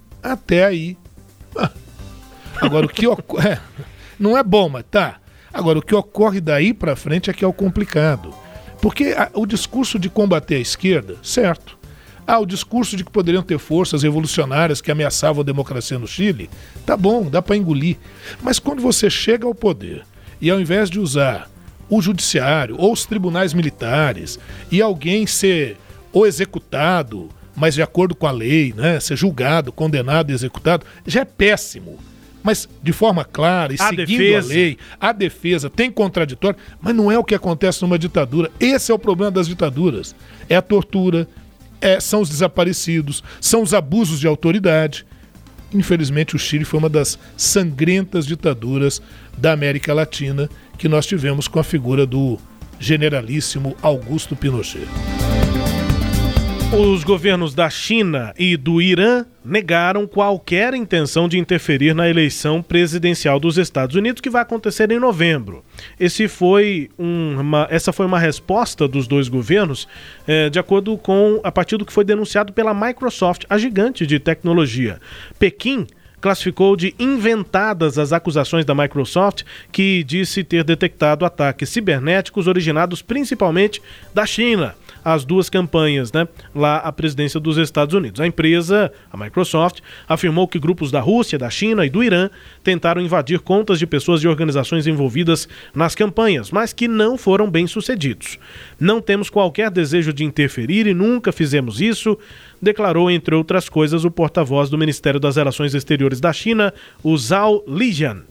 Agora o que ocorre... não é bom, mas tá. Agora, o que ocorre daí para frente é que é o complicado. Porque o discurso de combater a esquerda, certo. O discurso de que poderiam ter forças revolucionárias que ameaçavam a democracia no Chile, tá bom, dá para engolir. Mas quando você chega ao poder e ao invés de usar o judiciário ou os tribunais militares e alguém ser ou executado, mas de acordo com a lei, né, ser julgado, condenado e executado, já é péssimo. Mas de forma clara e seguindo a lei, a defesa tem contraditório, mas não é o que acontece numa ditadura. Esse é o problema das ditaduras. É a tortura, são os desaparecidos, são os abusos de autoridade. Infelizmente o Chile foi uma das sangrentas ditaduras da América Latina que nós tivemos com a figura do generalíssimo Augusto Pinochet. Os governos da China e do Irã negaram qualquer intenção de interferir na eleição presidencial dos Estados Unidos, que vai acontecer em novembro. Essa foi uma resposta dos dois governos, de acordo com a partir do que foi denunciado pela Microsoft, a gigante de tecnologia. Pequim classificou de inventadas as acusações da Microsoft, que disse ter detectado ataques cibernéticos originados principalmente da China. As duas campanhas, né, lá à presidência dos Estados Unidos. A empresa, a Microsoft, afirmou que grupos da Rússia, da China e do Irã tentaram invadir contas de pessoas e organizações envolvidas nas campanhas, mas que não foram bem-sucedidos. Não temos qualquer desejo de interferir e nunca fizemos isso, declarou, entre outras coisas, o porta-voz do Ministério das Relações Exteriores da China, o Zhao Lijian.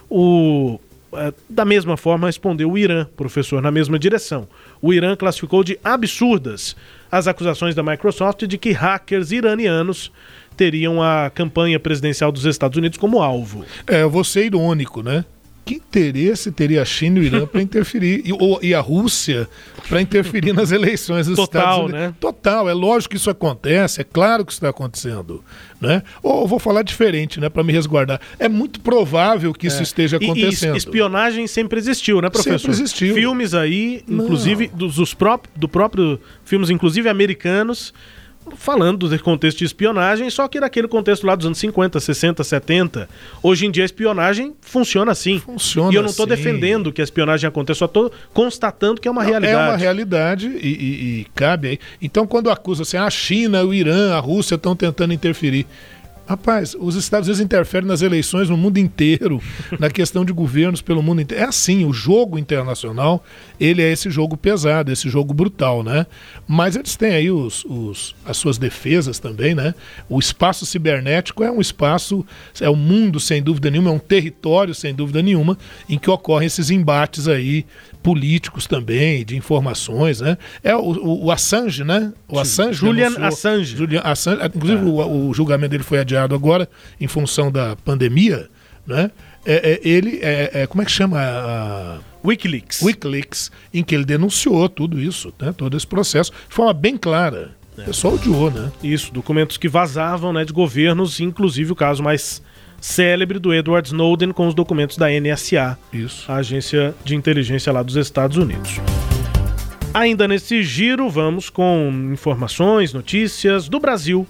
Da mesma forma, respondeu o Irã, professor, na mesma direção. O Irã classificou de absurdas as acusações da Microsoft de que hackers iranianos teriam a campanha presidencial dos Estados Unidos como alvo. Eu vou ser irônico, né? que interesse teria a China e o Irã para interferir, e a Rússia para interferir nas eleições dos Estados Unidos? Né? Total, é lógico que isso acontece, é claro que isso está acontecendo. Né? Ou vou falar diferente, né, para me resguardar. É muito provável que isso esteja acontecendo. E espionagem sempre existiu, né, professor? Sempre existiu. Filmes aí, inclusive, do próprio filmes, inclusive americanos, falando do contexto de espionagem, só que naquele contexto lá dos anos 50, 60, 70. Hoje em dia a espionagem funciona assim. E eu não estou defendendo que a espionagem aconteça, só estou constatando que é uma realidade. É uma realidade e cabe aí. Então, quando acusa assim, a China, o Irã, a Rússia estão tentando interferir. Rapaz, os Estados Unidos interferem nas eleições no mundo inteiro, na questão de governos pelo mundo inteiro. É assim, o jogo internacional, ele é esse jogo pesado, esse jogo brutal, né? Mas eles têm aí as suas defesas também, né? O espaço cibernético é um espaço, é um mundo sem dúvida nenhuma, é um território sem dúvida nenhuma, em que ocorrem esses embates aí políticos também, de informações, né? É o Assange, né? O Assange. Julian Assange. Inclusive o julgamento dele foi adiado agora em função da pandemia, né? Como é que chama? Wikileaks, em que ele denunciou tudo isso, né? Todo esse processo, de forma bem clara. O pessoal odiou, né? Isso, documentos que vazavam, né, de governos, inclusive o caso mais célebre do Edward Snowden com os documentos da NSA, a agência de inteligência lá dos Estados Unidos. Ainda nesse giro, vamos com informações, notícias do Brasil.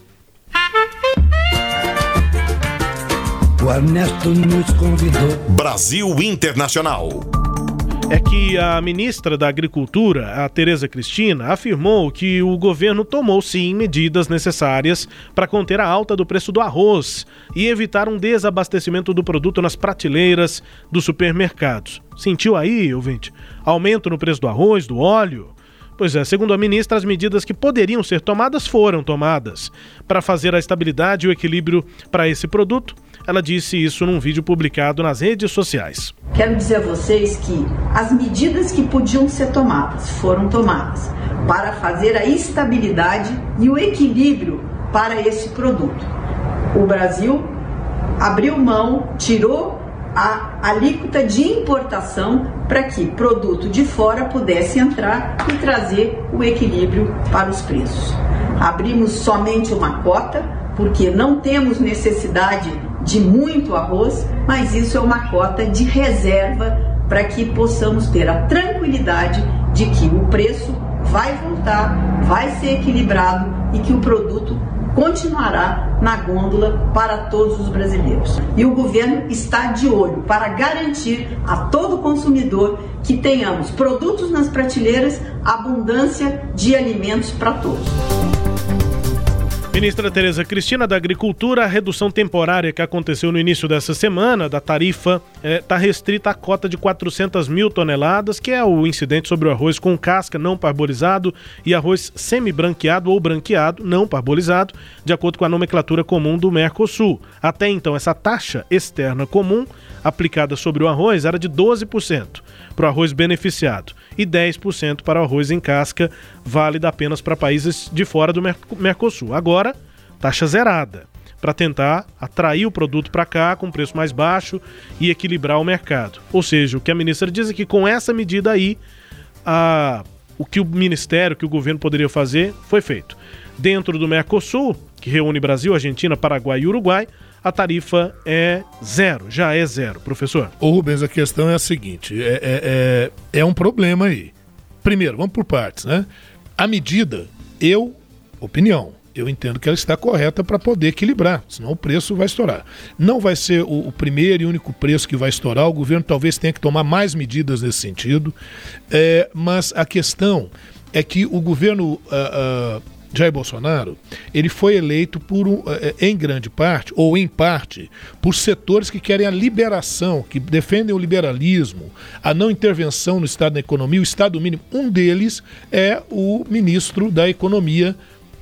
O Ernesto nos convidou. Brasil Internacional. É que a ministra da Agricultura, a Tereza Cristina, afirmou que o governo tomou sim medidas necessárias para conter a alta do preço do arroz e evitar um desabastecimento do produto nas prateleiras dos supermercados. Sentiu aí, ouvinte? Aumento no preço do arroz, do óleo? Pois é, segundo a ministra, as medidas que poderiam ser tomadas foram tomadas para fazer a estabilidade e o equilíbrio para esse produto. Ela disse isso num vídeo publicado nas redes sociais. Quero dizer a vocês que as medidas que podiam ser tomadas foram tomadas para fazer a estabilidade e o equilíbrio para esse produto. O Brasil abriu mão, tirou a alíquota de importação para que produto de fora pudesse entrar e trazer o equilíbrio para os preços. Abrimos somente uma cota, porque não temos necessidade de muito arroz, mas isso é uma cota de reserva para que possamos ter a tranquilidade de que o preço vai voltar, vai ser equilibrado e que o produto continuará na gôndola para todos os brasileiros. E o governo está de olho para garantir a todo consumidor que tenhamos produtos nas prateleiras, abundância de alimentos para todos. Ministra Tereza Cristina da Agricultura, a redução temporária que aconteceu no início dessa semana da tarifa está restrita à cota de 400 mil toneladas, que é o incidente sobre o arroz com casca não parbolizado e arroz semi-branqueado ou branqueado não parbolizado, de acordo com a nomenclatura comum do Mercosul. Até então, essa taxa externa comum aplicada sobre o arroz era de 12% para o arroz beneficiado e 10% para o arroz em casca, válida apenas para países de fora do Mercosul. Agora, taxa zerada, para tentar atrair o produto para cá com preço mais baixo e equilibrar o mercado. Ou seja, o que a ministra diz é que com essa medida aí, o que o Ministério, que o governo poderia fazer, foi feito. Dentro do Mercosul, que reúne Brasil, Argentina, Paraguai e Uruguai, a tarifa é zero, já é zero, professor. Ô Rubens, a questão é a seguinte, é um problema aí. Primeiro, vamos por partes, né? A medida, eu entendo que ela está correta para poder equilibrar, senão o preço vai estourar. Não vai ser o primeiro e único preço que vai estourar, o governo talvez tenha que tomar mais medidas nesse sentido, mas a questão é que o governo Jair Bolsonaro, ele foi eleito em grande parte, ou em parte, por setores que querem a liberação, que defendem o liberalismo, a não intervenção no Estado da economia, o Estado mínimo. Um deles é o ministro da Economia,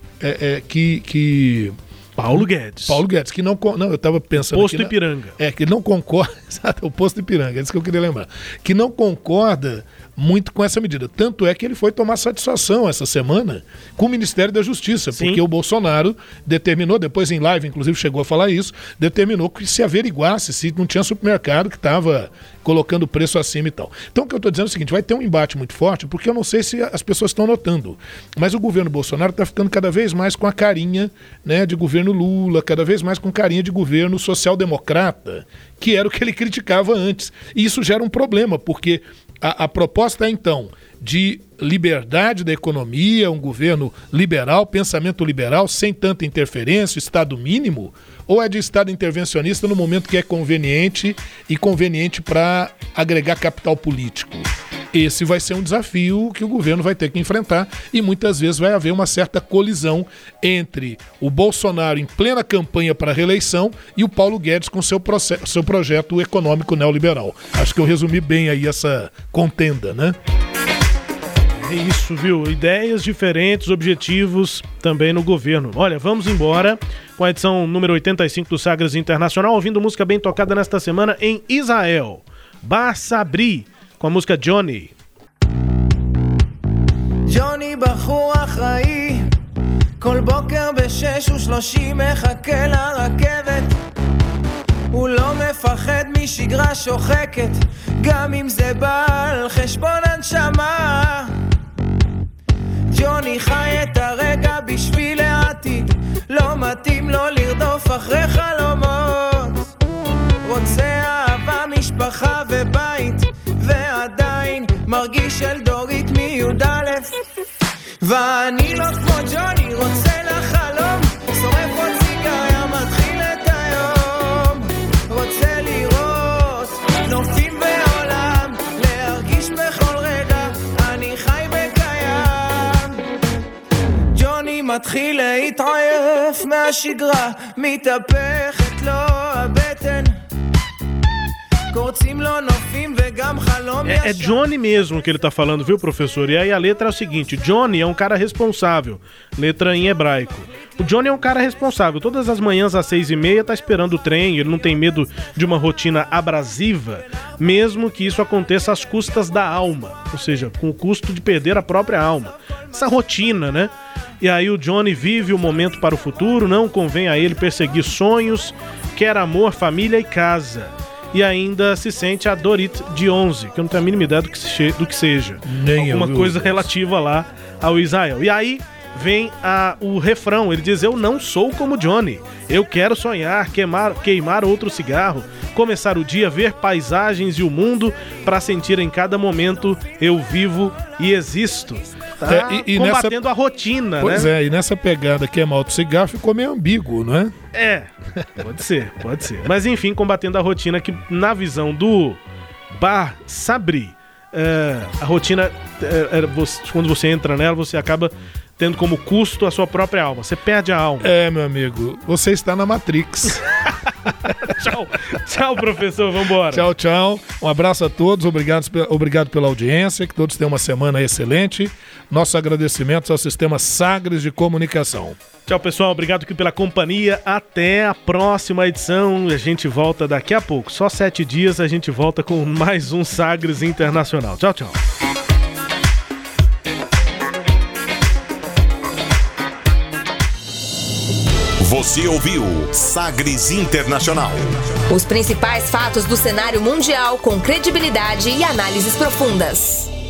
Paulo Guedes. Que não, eu estava pensando Posto aqui Ipiranga. Que não concorda, exato, o Posto Ipiranga, é isso que eu queria lembrar, que não concorda muito com essa medida. Tanto é que ele foi tomar satisfação essa semana com o Ministério da Justiça, Sim. porque o Bolsonaro determinou, depois em live inclusive chegou a falar isso, determinou que se averiguasse se não tinha supermercado que estava colocando o preço acima e tal. Então o que eu estou dizendo é o seguinte, vai ter um embate muito forte, porque eu não sei se as pessoas estão notando, mas o governo Bolsonaro está ficando cada vez mais com a carinha, né, de governo Lula, cada vez mais com carinha de governo social-democrata, que era o que ele criticava antes. E isso gera um problema, porque a proposta é, então, de liberdade da economia, um governo liberal, pensamento liberal, sem tanta interferência, Estado mínimo, ou é de Estado intervencionista no momento que é conveniente e conveniente para agregar capital político? Esse vai ser um desafio que o governo vai ter que enfrentar e muitas vezes vai haver uma certa colisão entre o Bolsonaro em plena campanha para a reeleição e o Paulo Guedes com seu projeto econômico neoliberal. Acho que eu resumi bem aí essa contenda, né? É isso, viu? Ideias diferentes, objetivos também no governo. Olha, vamos embora com a edição número 85 do Sagres Internacional, ouvindo música bem tocada nesta semana em Israel. Bar Sabri, com a música Johnny. Johnny בחור אחראי, כל בוקר ב6:30 מחכה לרכבת, הוא לא מפחד משגרה שוחקת, גם אם זה בא על חשבון הנשמה. ג'וני חי את הרגע בשביל העתיד, לא מתאים לו לרדוף אחרי חלומות, רוצה אהבה, משפחה ובית, ועדיין מרגיש אלדורית מי"א, ואני לא כמו ג'וני, רוצה לחלום, שורף עוד סיגריה, מתחיל את היום, רוצה לראות נופים בעולם, להרגיש בכל רגע אני חי בקיים. ג'וני מתחיל להתעייף מהשגרה, מתהפכת לו הבטן, É Johnny mesmo que ele tá falando, viu, professor? E aí a letra é o seguinte: Johnny é um cara responsável, letra em hebraico. O Johnny é um cara responsável, todas as manhãs às 6h30 tá esperando o trem, ele não tem medo de uma rotina abrasiva, mesmo que isso aconteça às custas da alma, ou seja, com o custo de perder a própria alma. Essa rotina, né? E aí o Johnny vive o momento para o futuro, não convém a ele perseguir sonhos, quer amor, família e casa. E ainda se sente a Dorit de 11, que eu não tenho a mínima ideia do que seja. Nem alguma coisa relativa lá ao Israel. E aí vem o refrão, ele diz: eu não sou como Johnny, eu quero sonhar, queimar outro cigarro, começar o dia, ver paisagens e o mundo, para sentir em cada momento eu vivo e existo. Tá combatendo a rotina, né? Pois é, e nessa pegada queimar outro cigarro ficou meio ambíguo, não é? É, pode ser. Mas enfim, combatendo a rotina que, na visão do Bar Sabri, a rotina, quando você entra nela, você acaba tendo como custo a sua própria alma. Você perde a alma. É, meu amigo, você está na Matrix. Tchau, professor, vambora. Tchau. Um abraço a todos, obrigado pela audiência, que todos tenham uma semana excelente. Nossos agradecimentos ao Sistema Sagres de Comunicação. Tchau, pessoal, obrigado aqui pela companhia. Até a próxima edição. A gente volta daqui a pouco. Só 7 dias a gente volta com mais um Sagres Internacional. Tchau. Você ouviu Sagres Internacional. Os principais fatos do cenário mundial com credibilidade e análises profundas.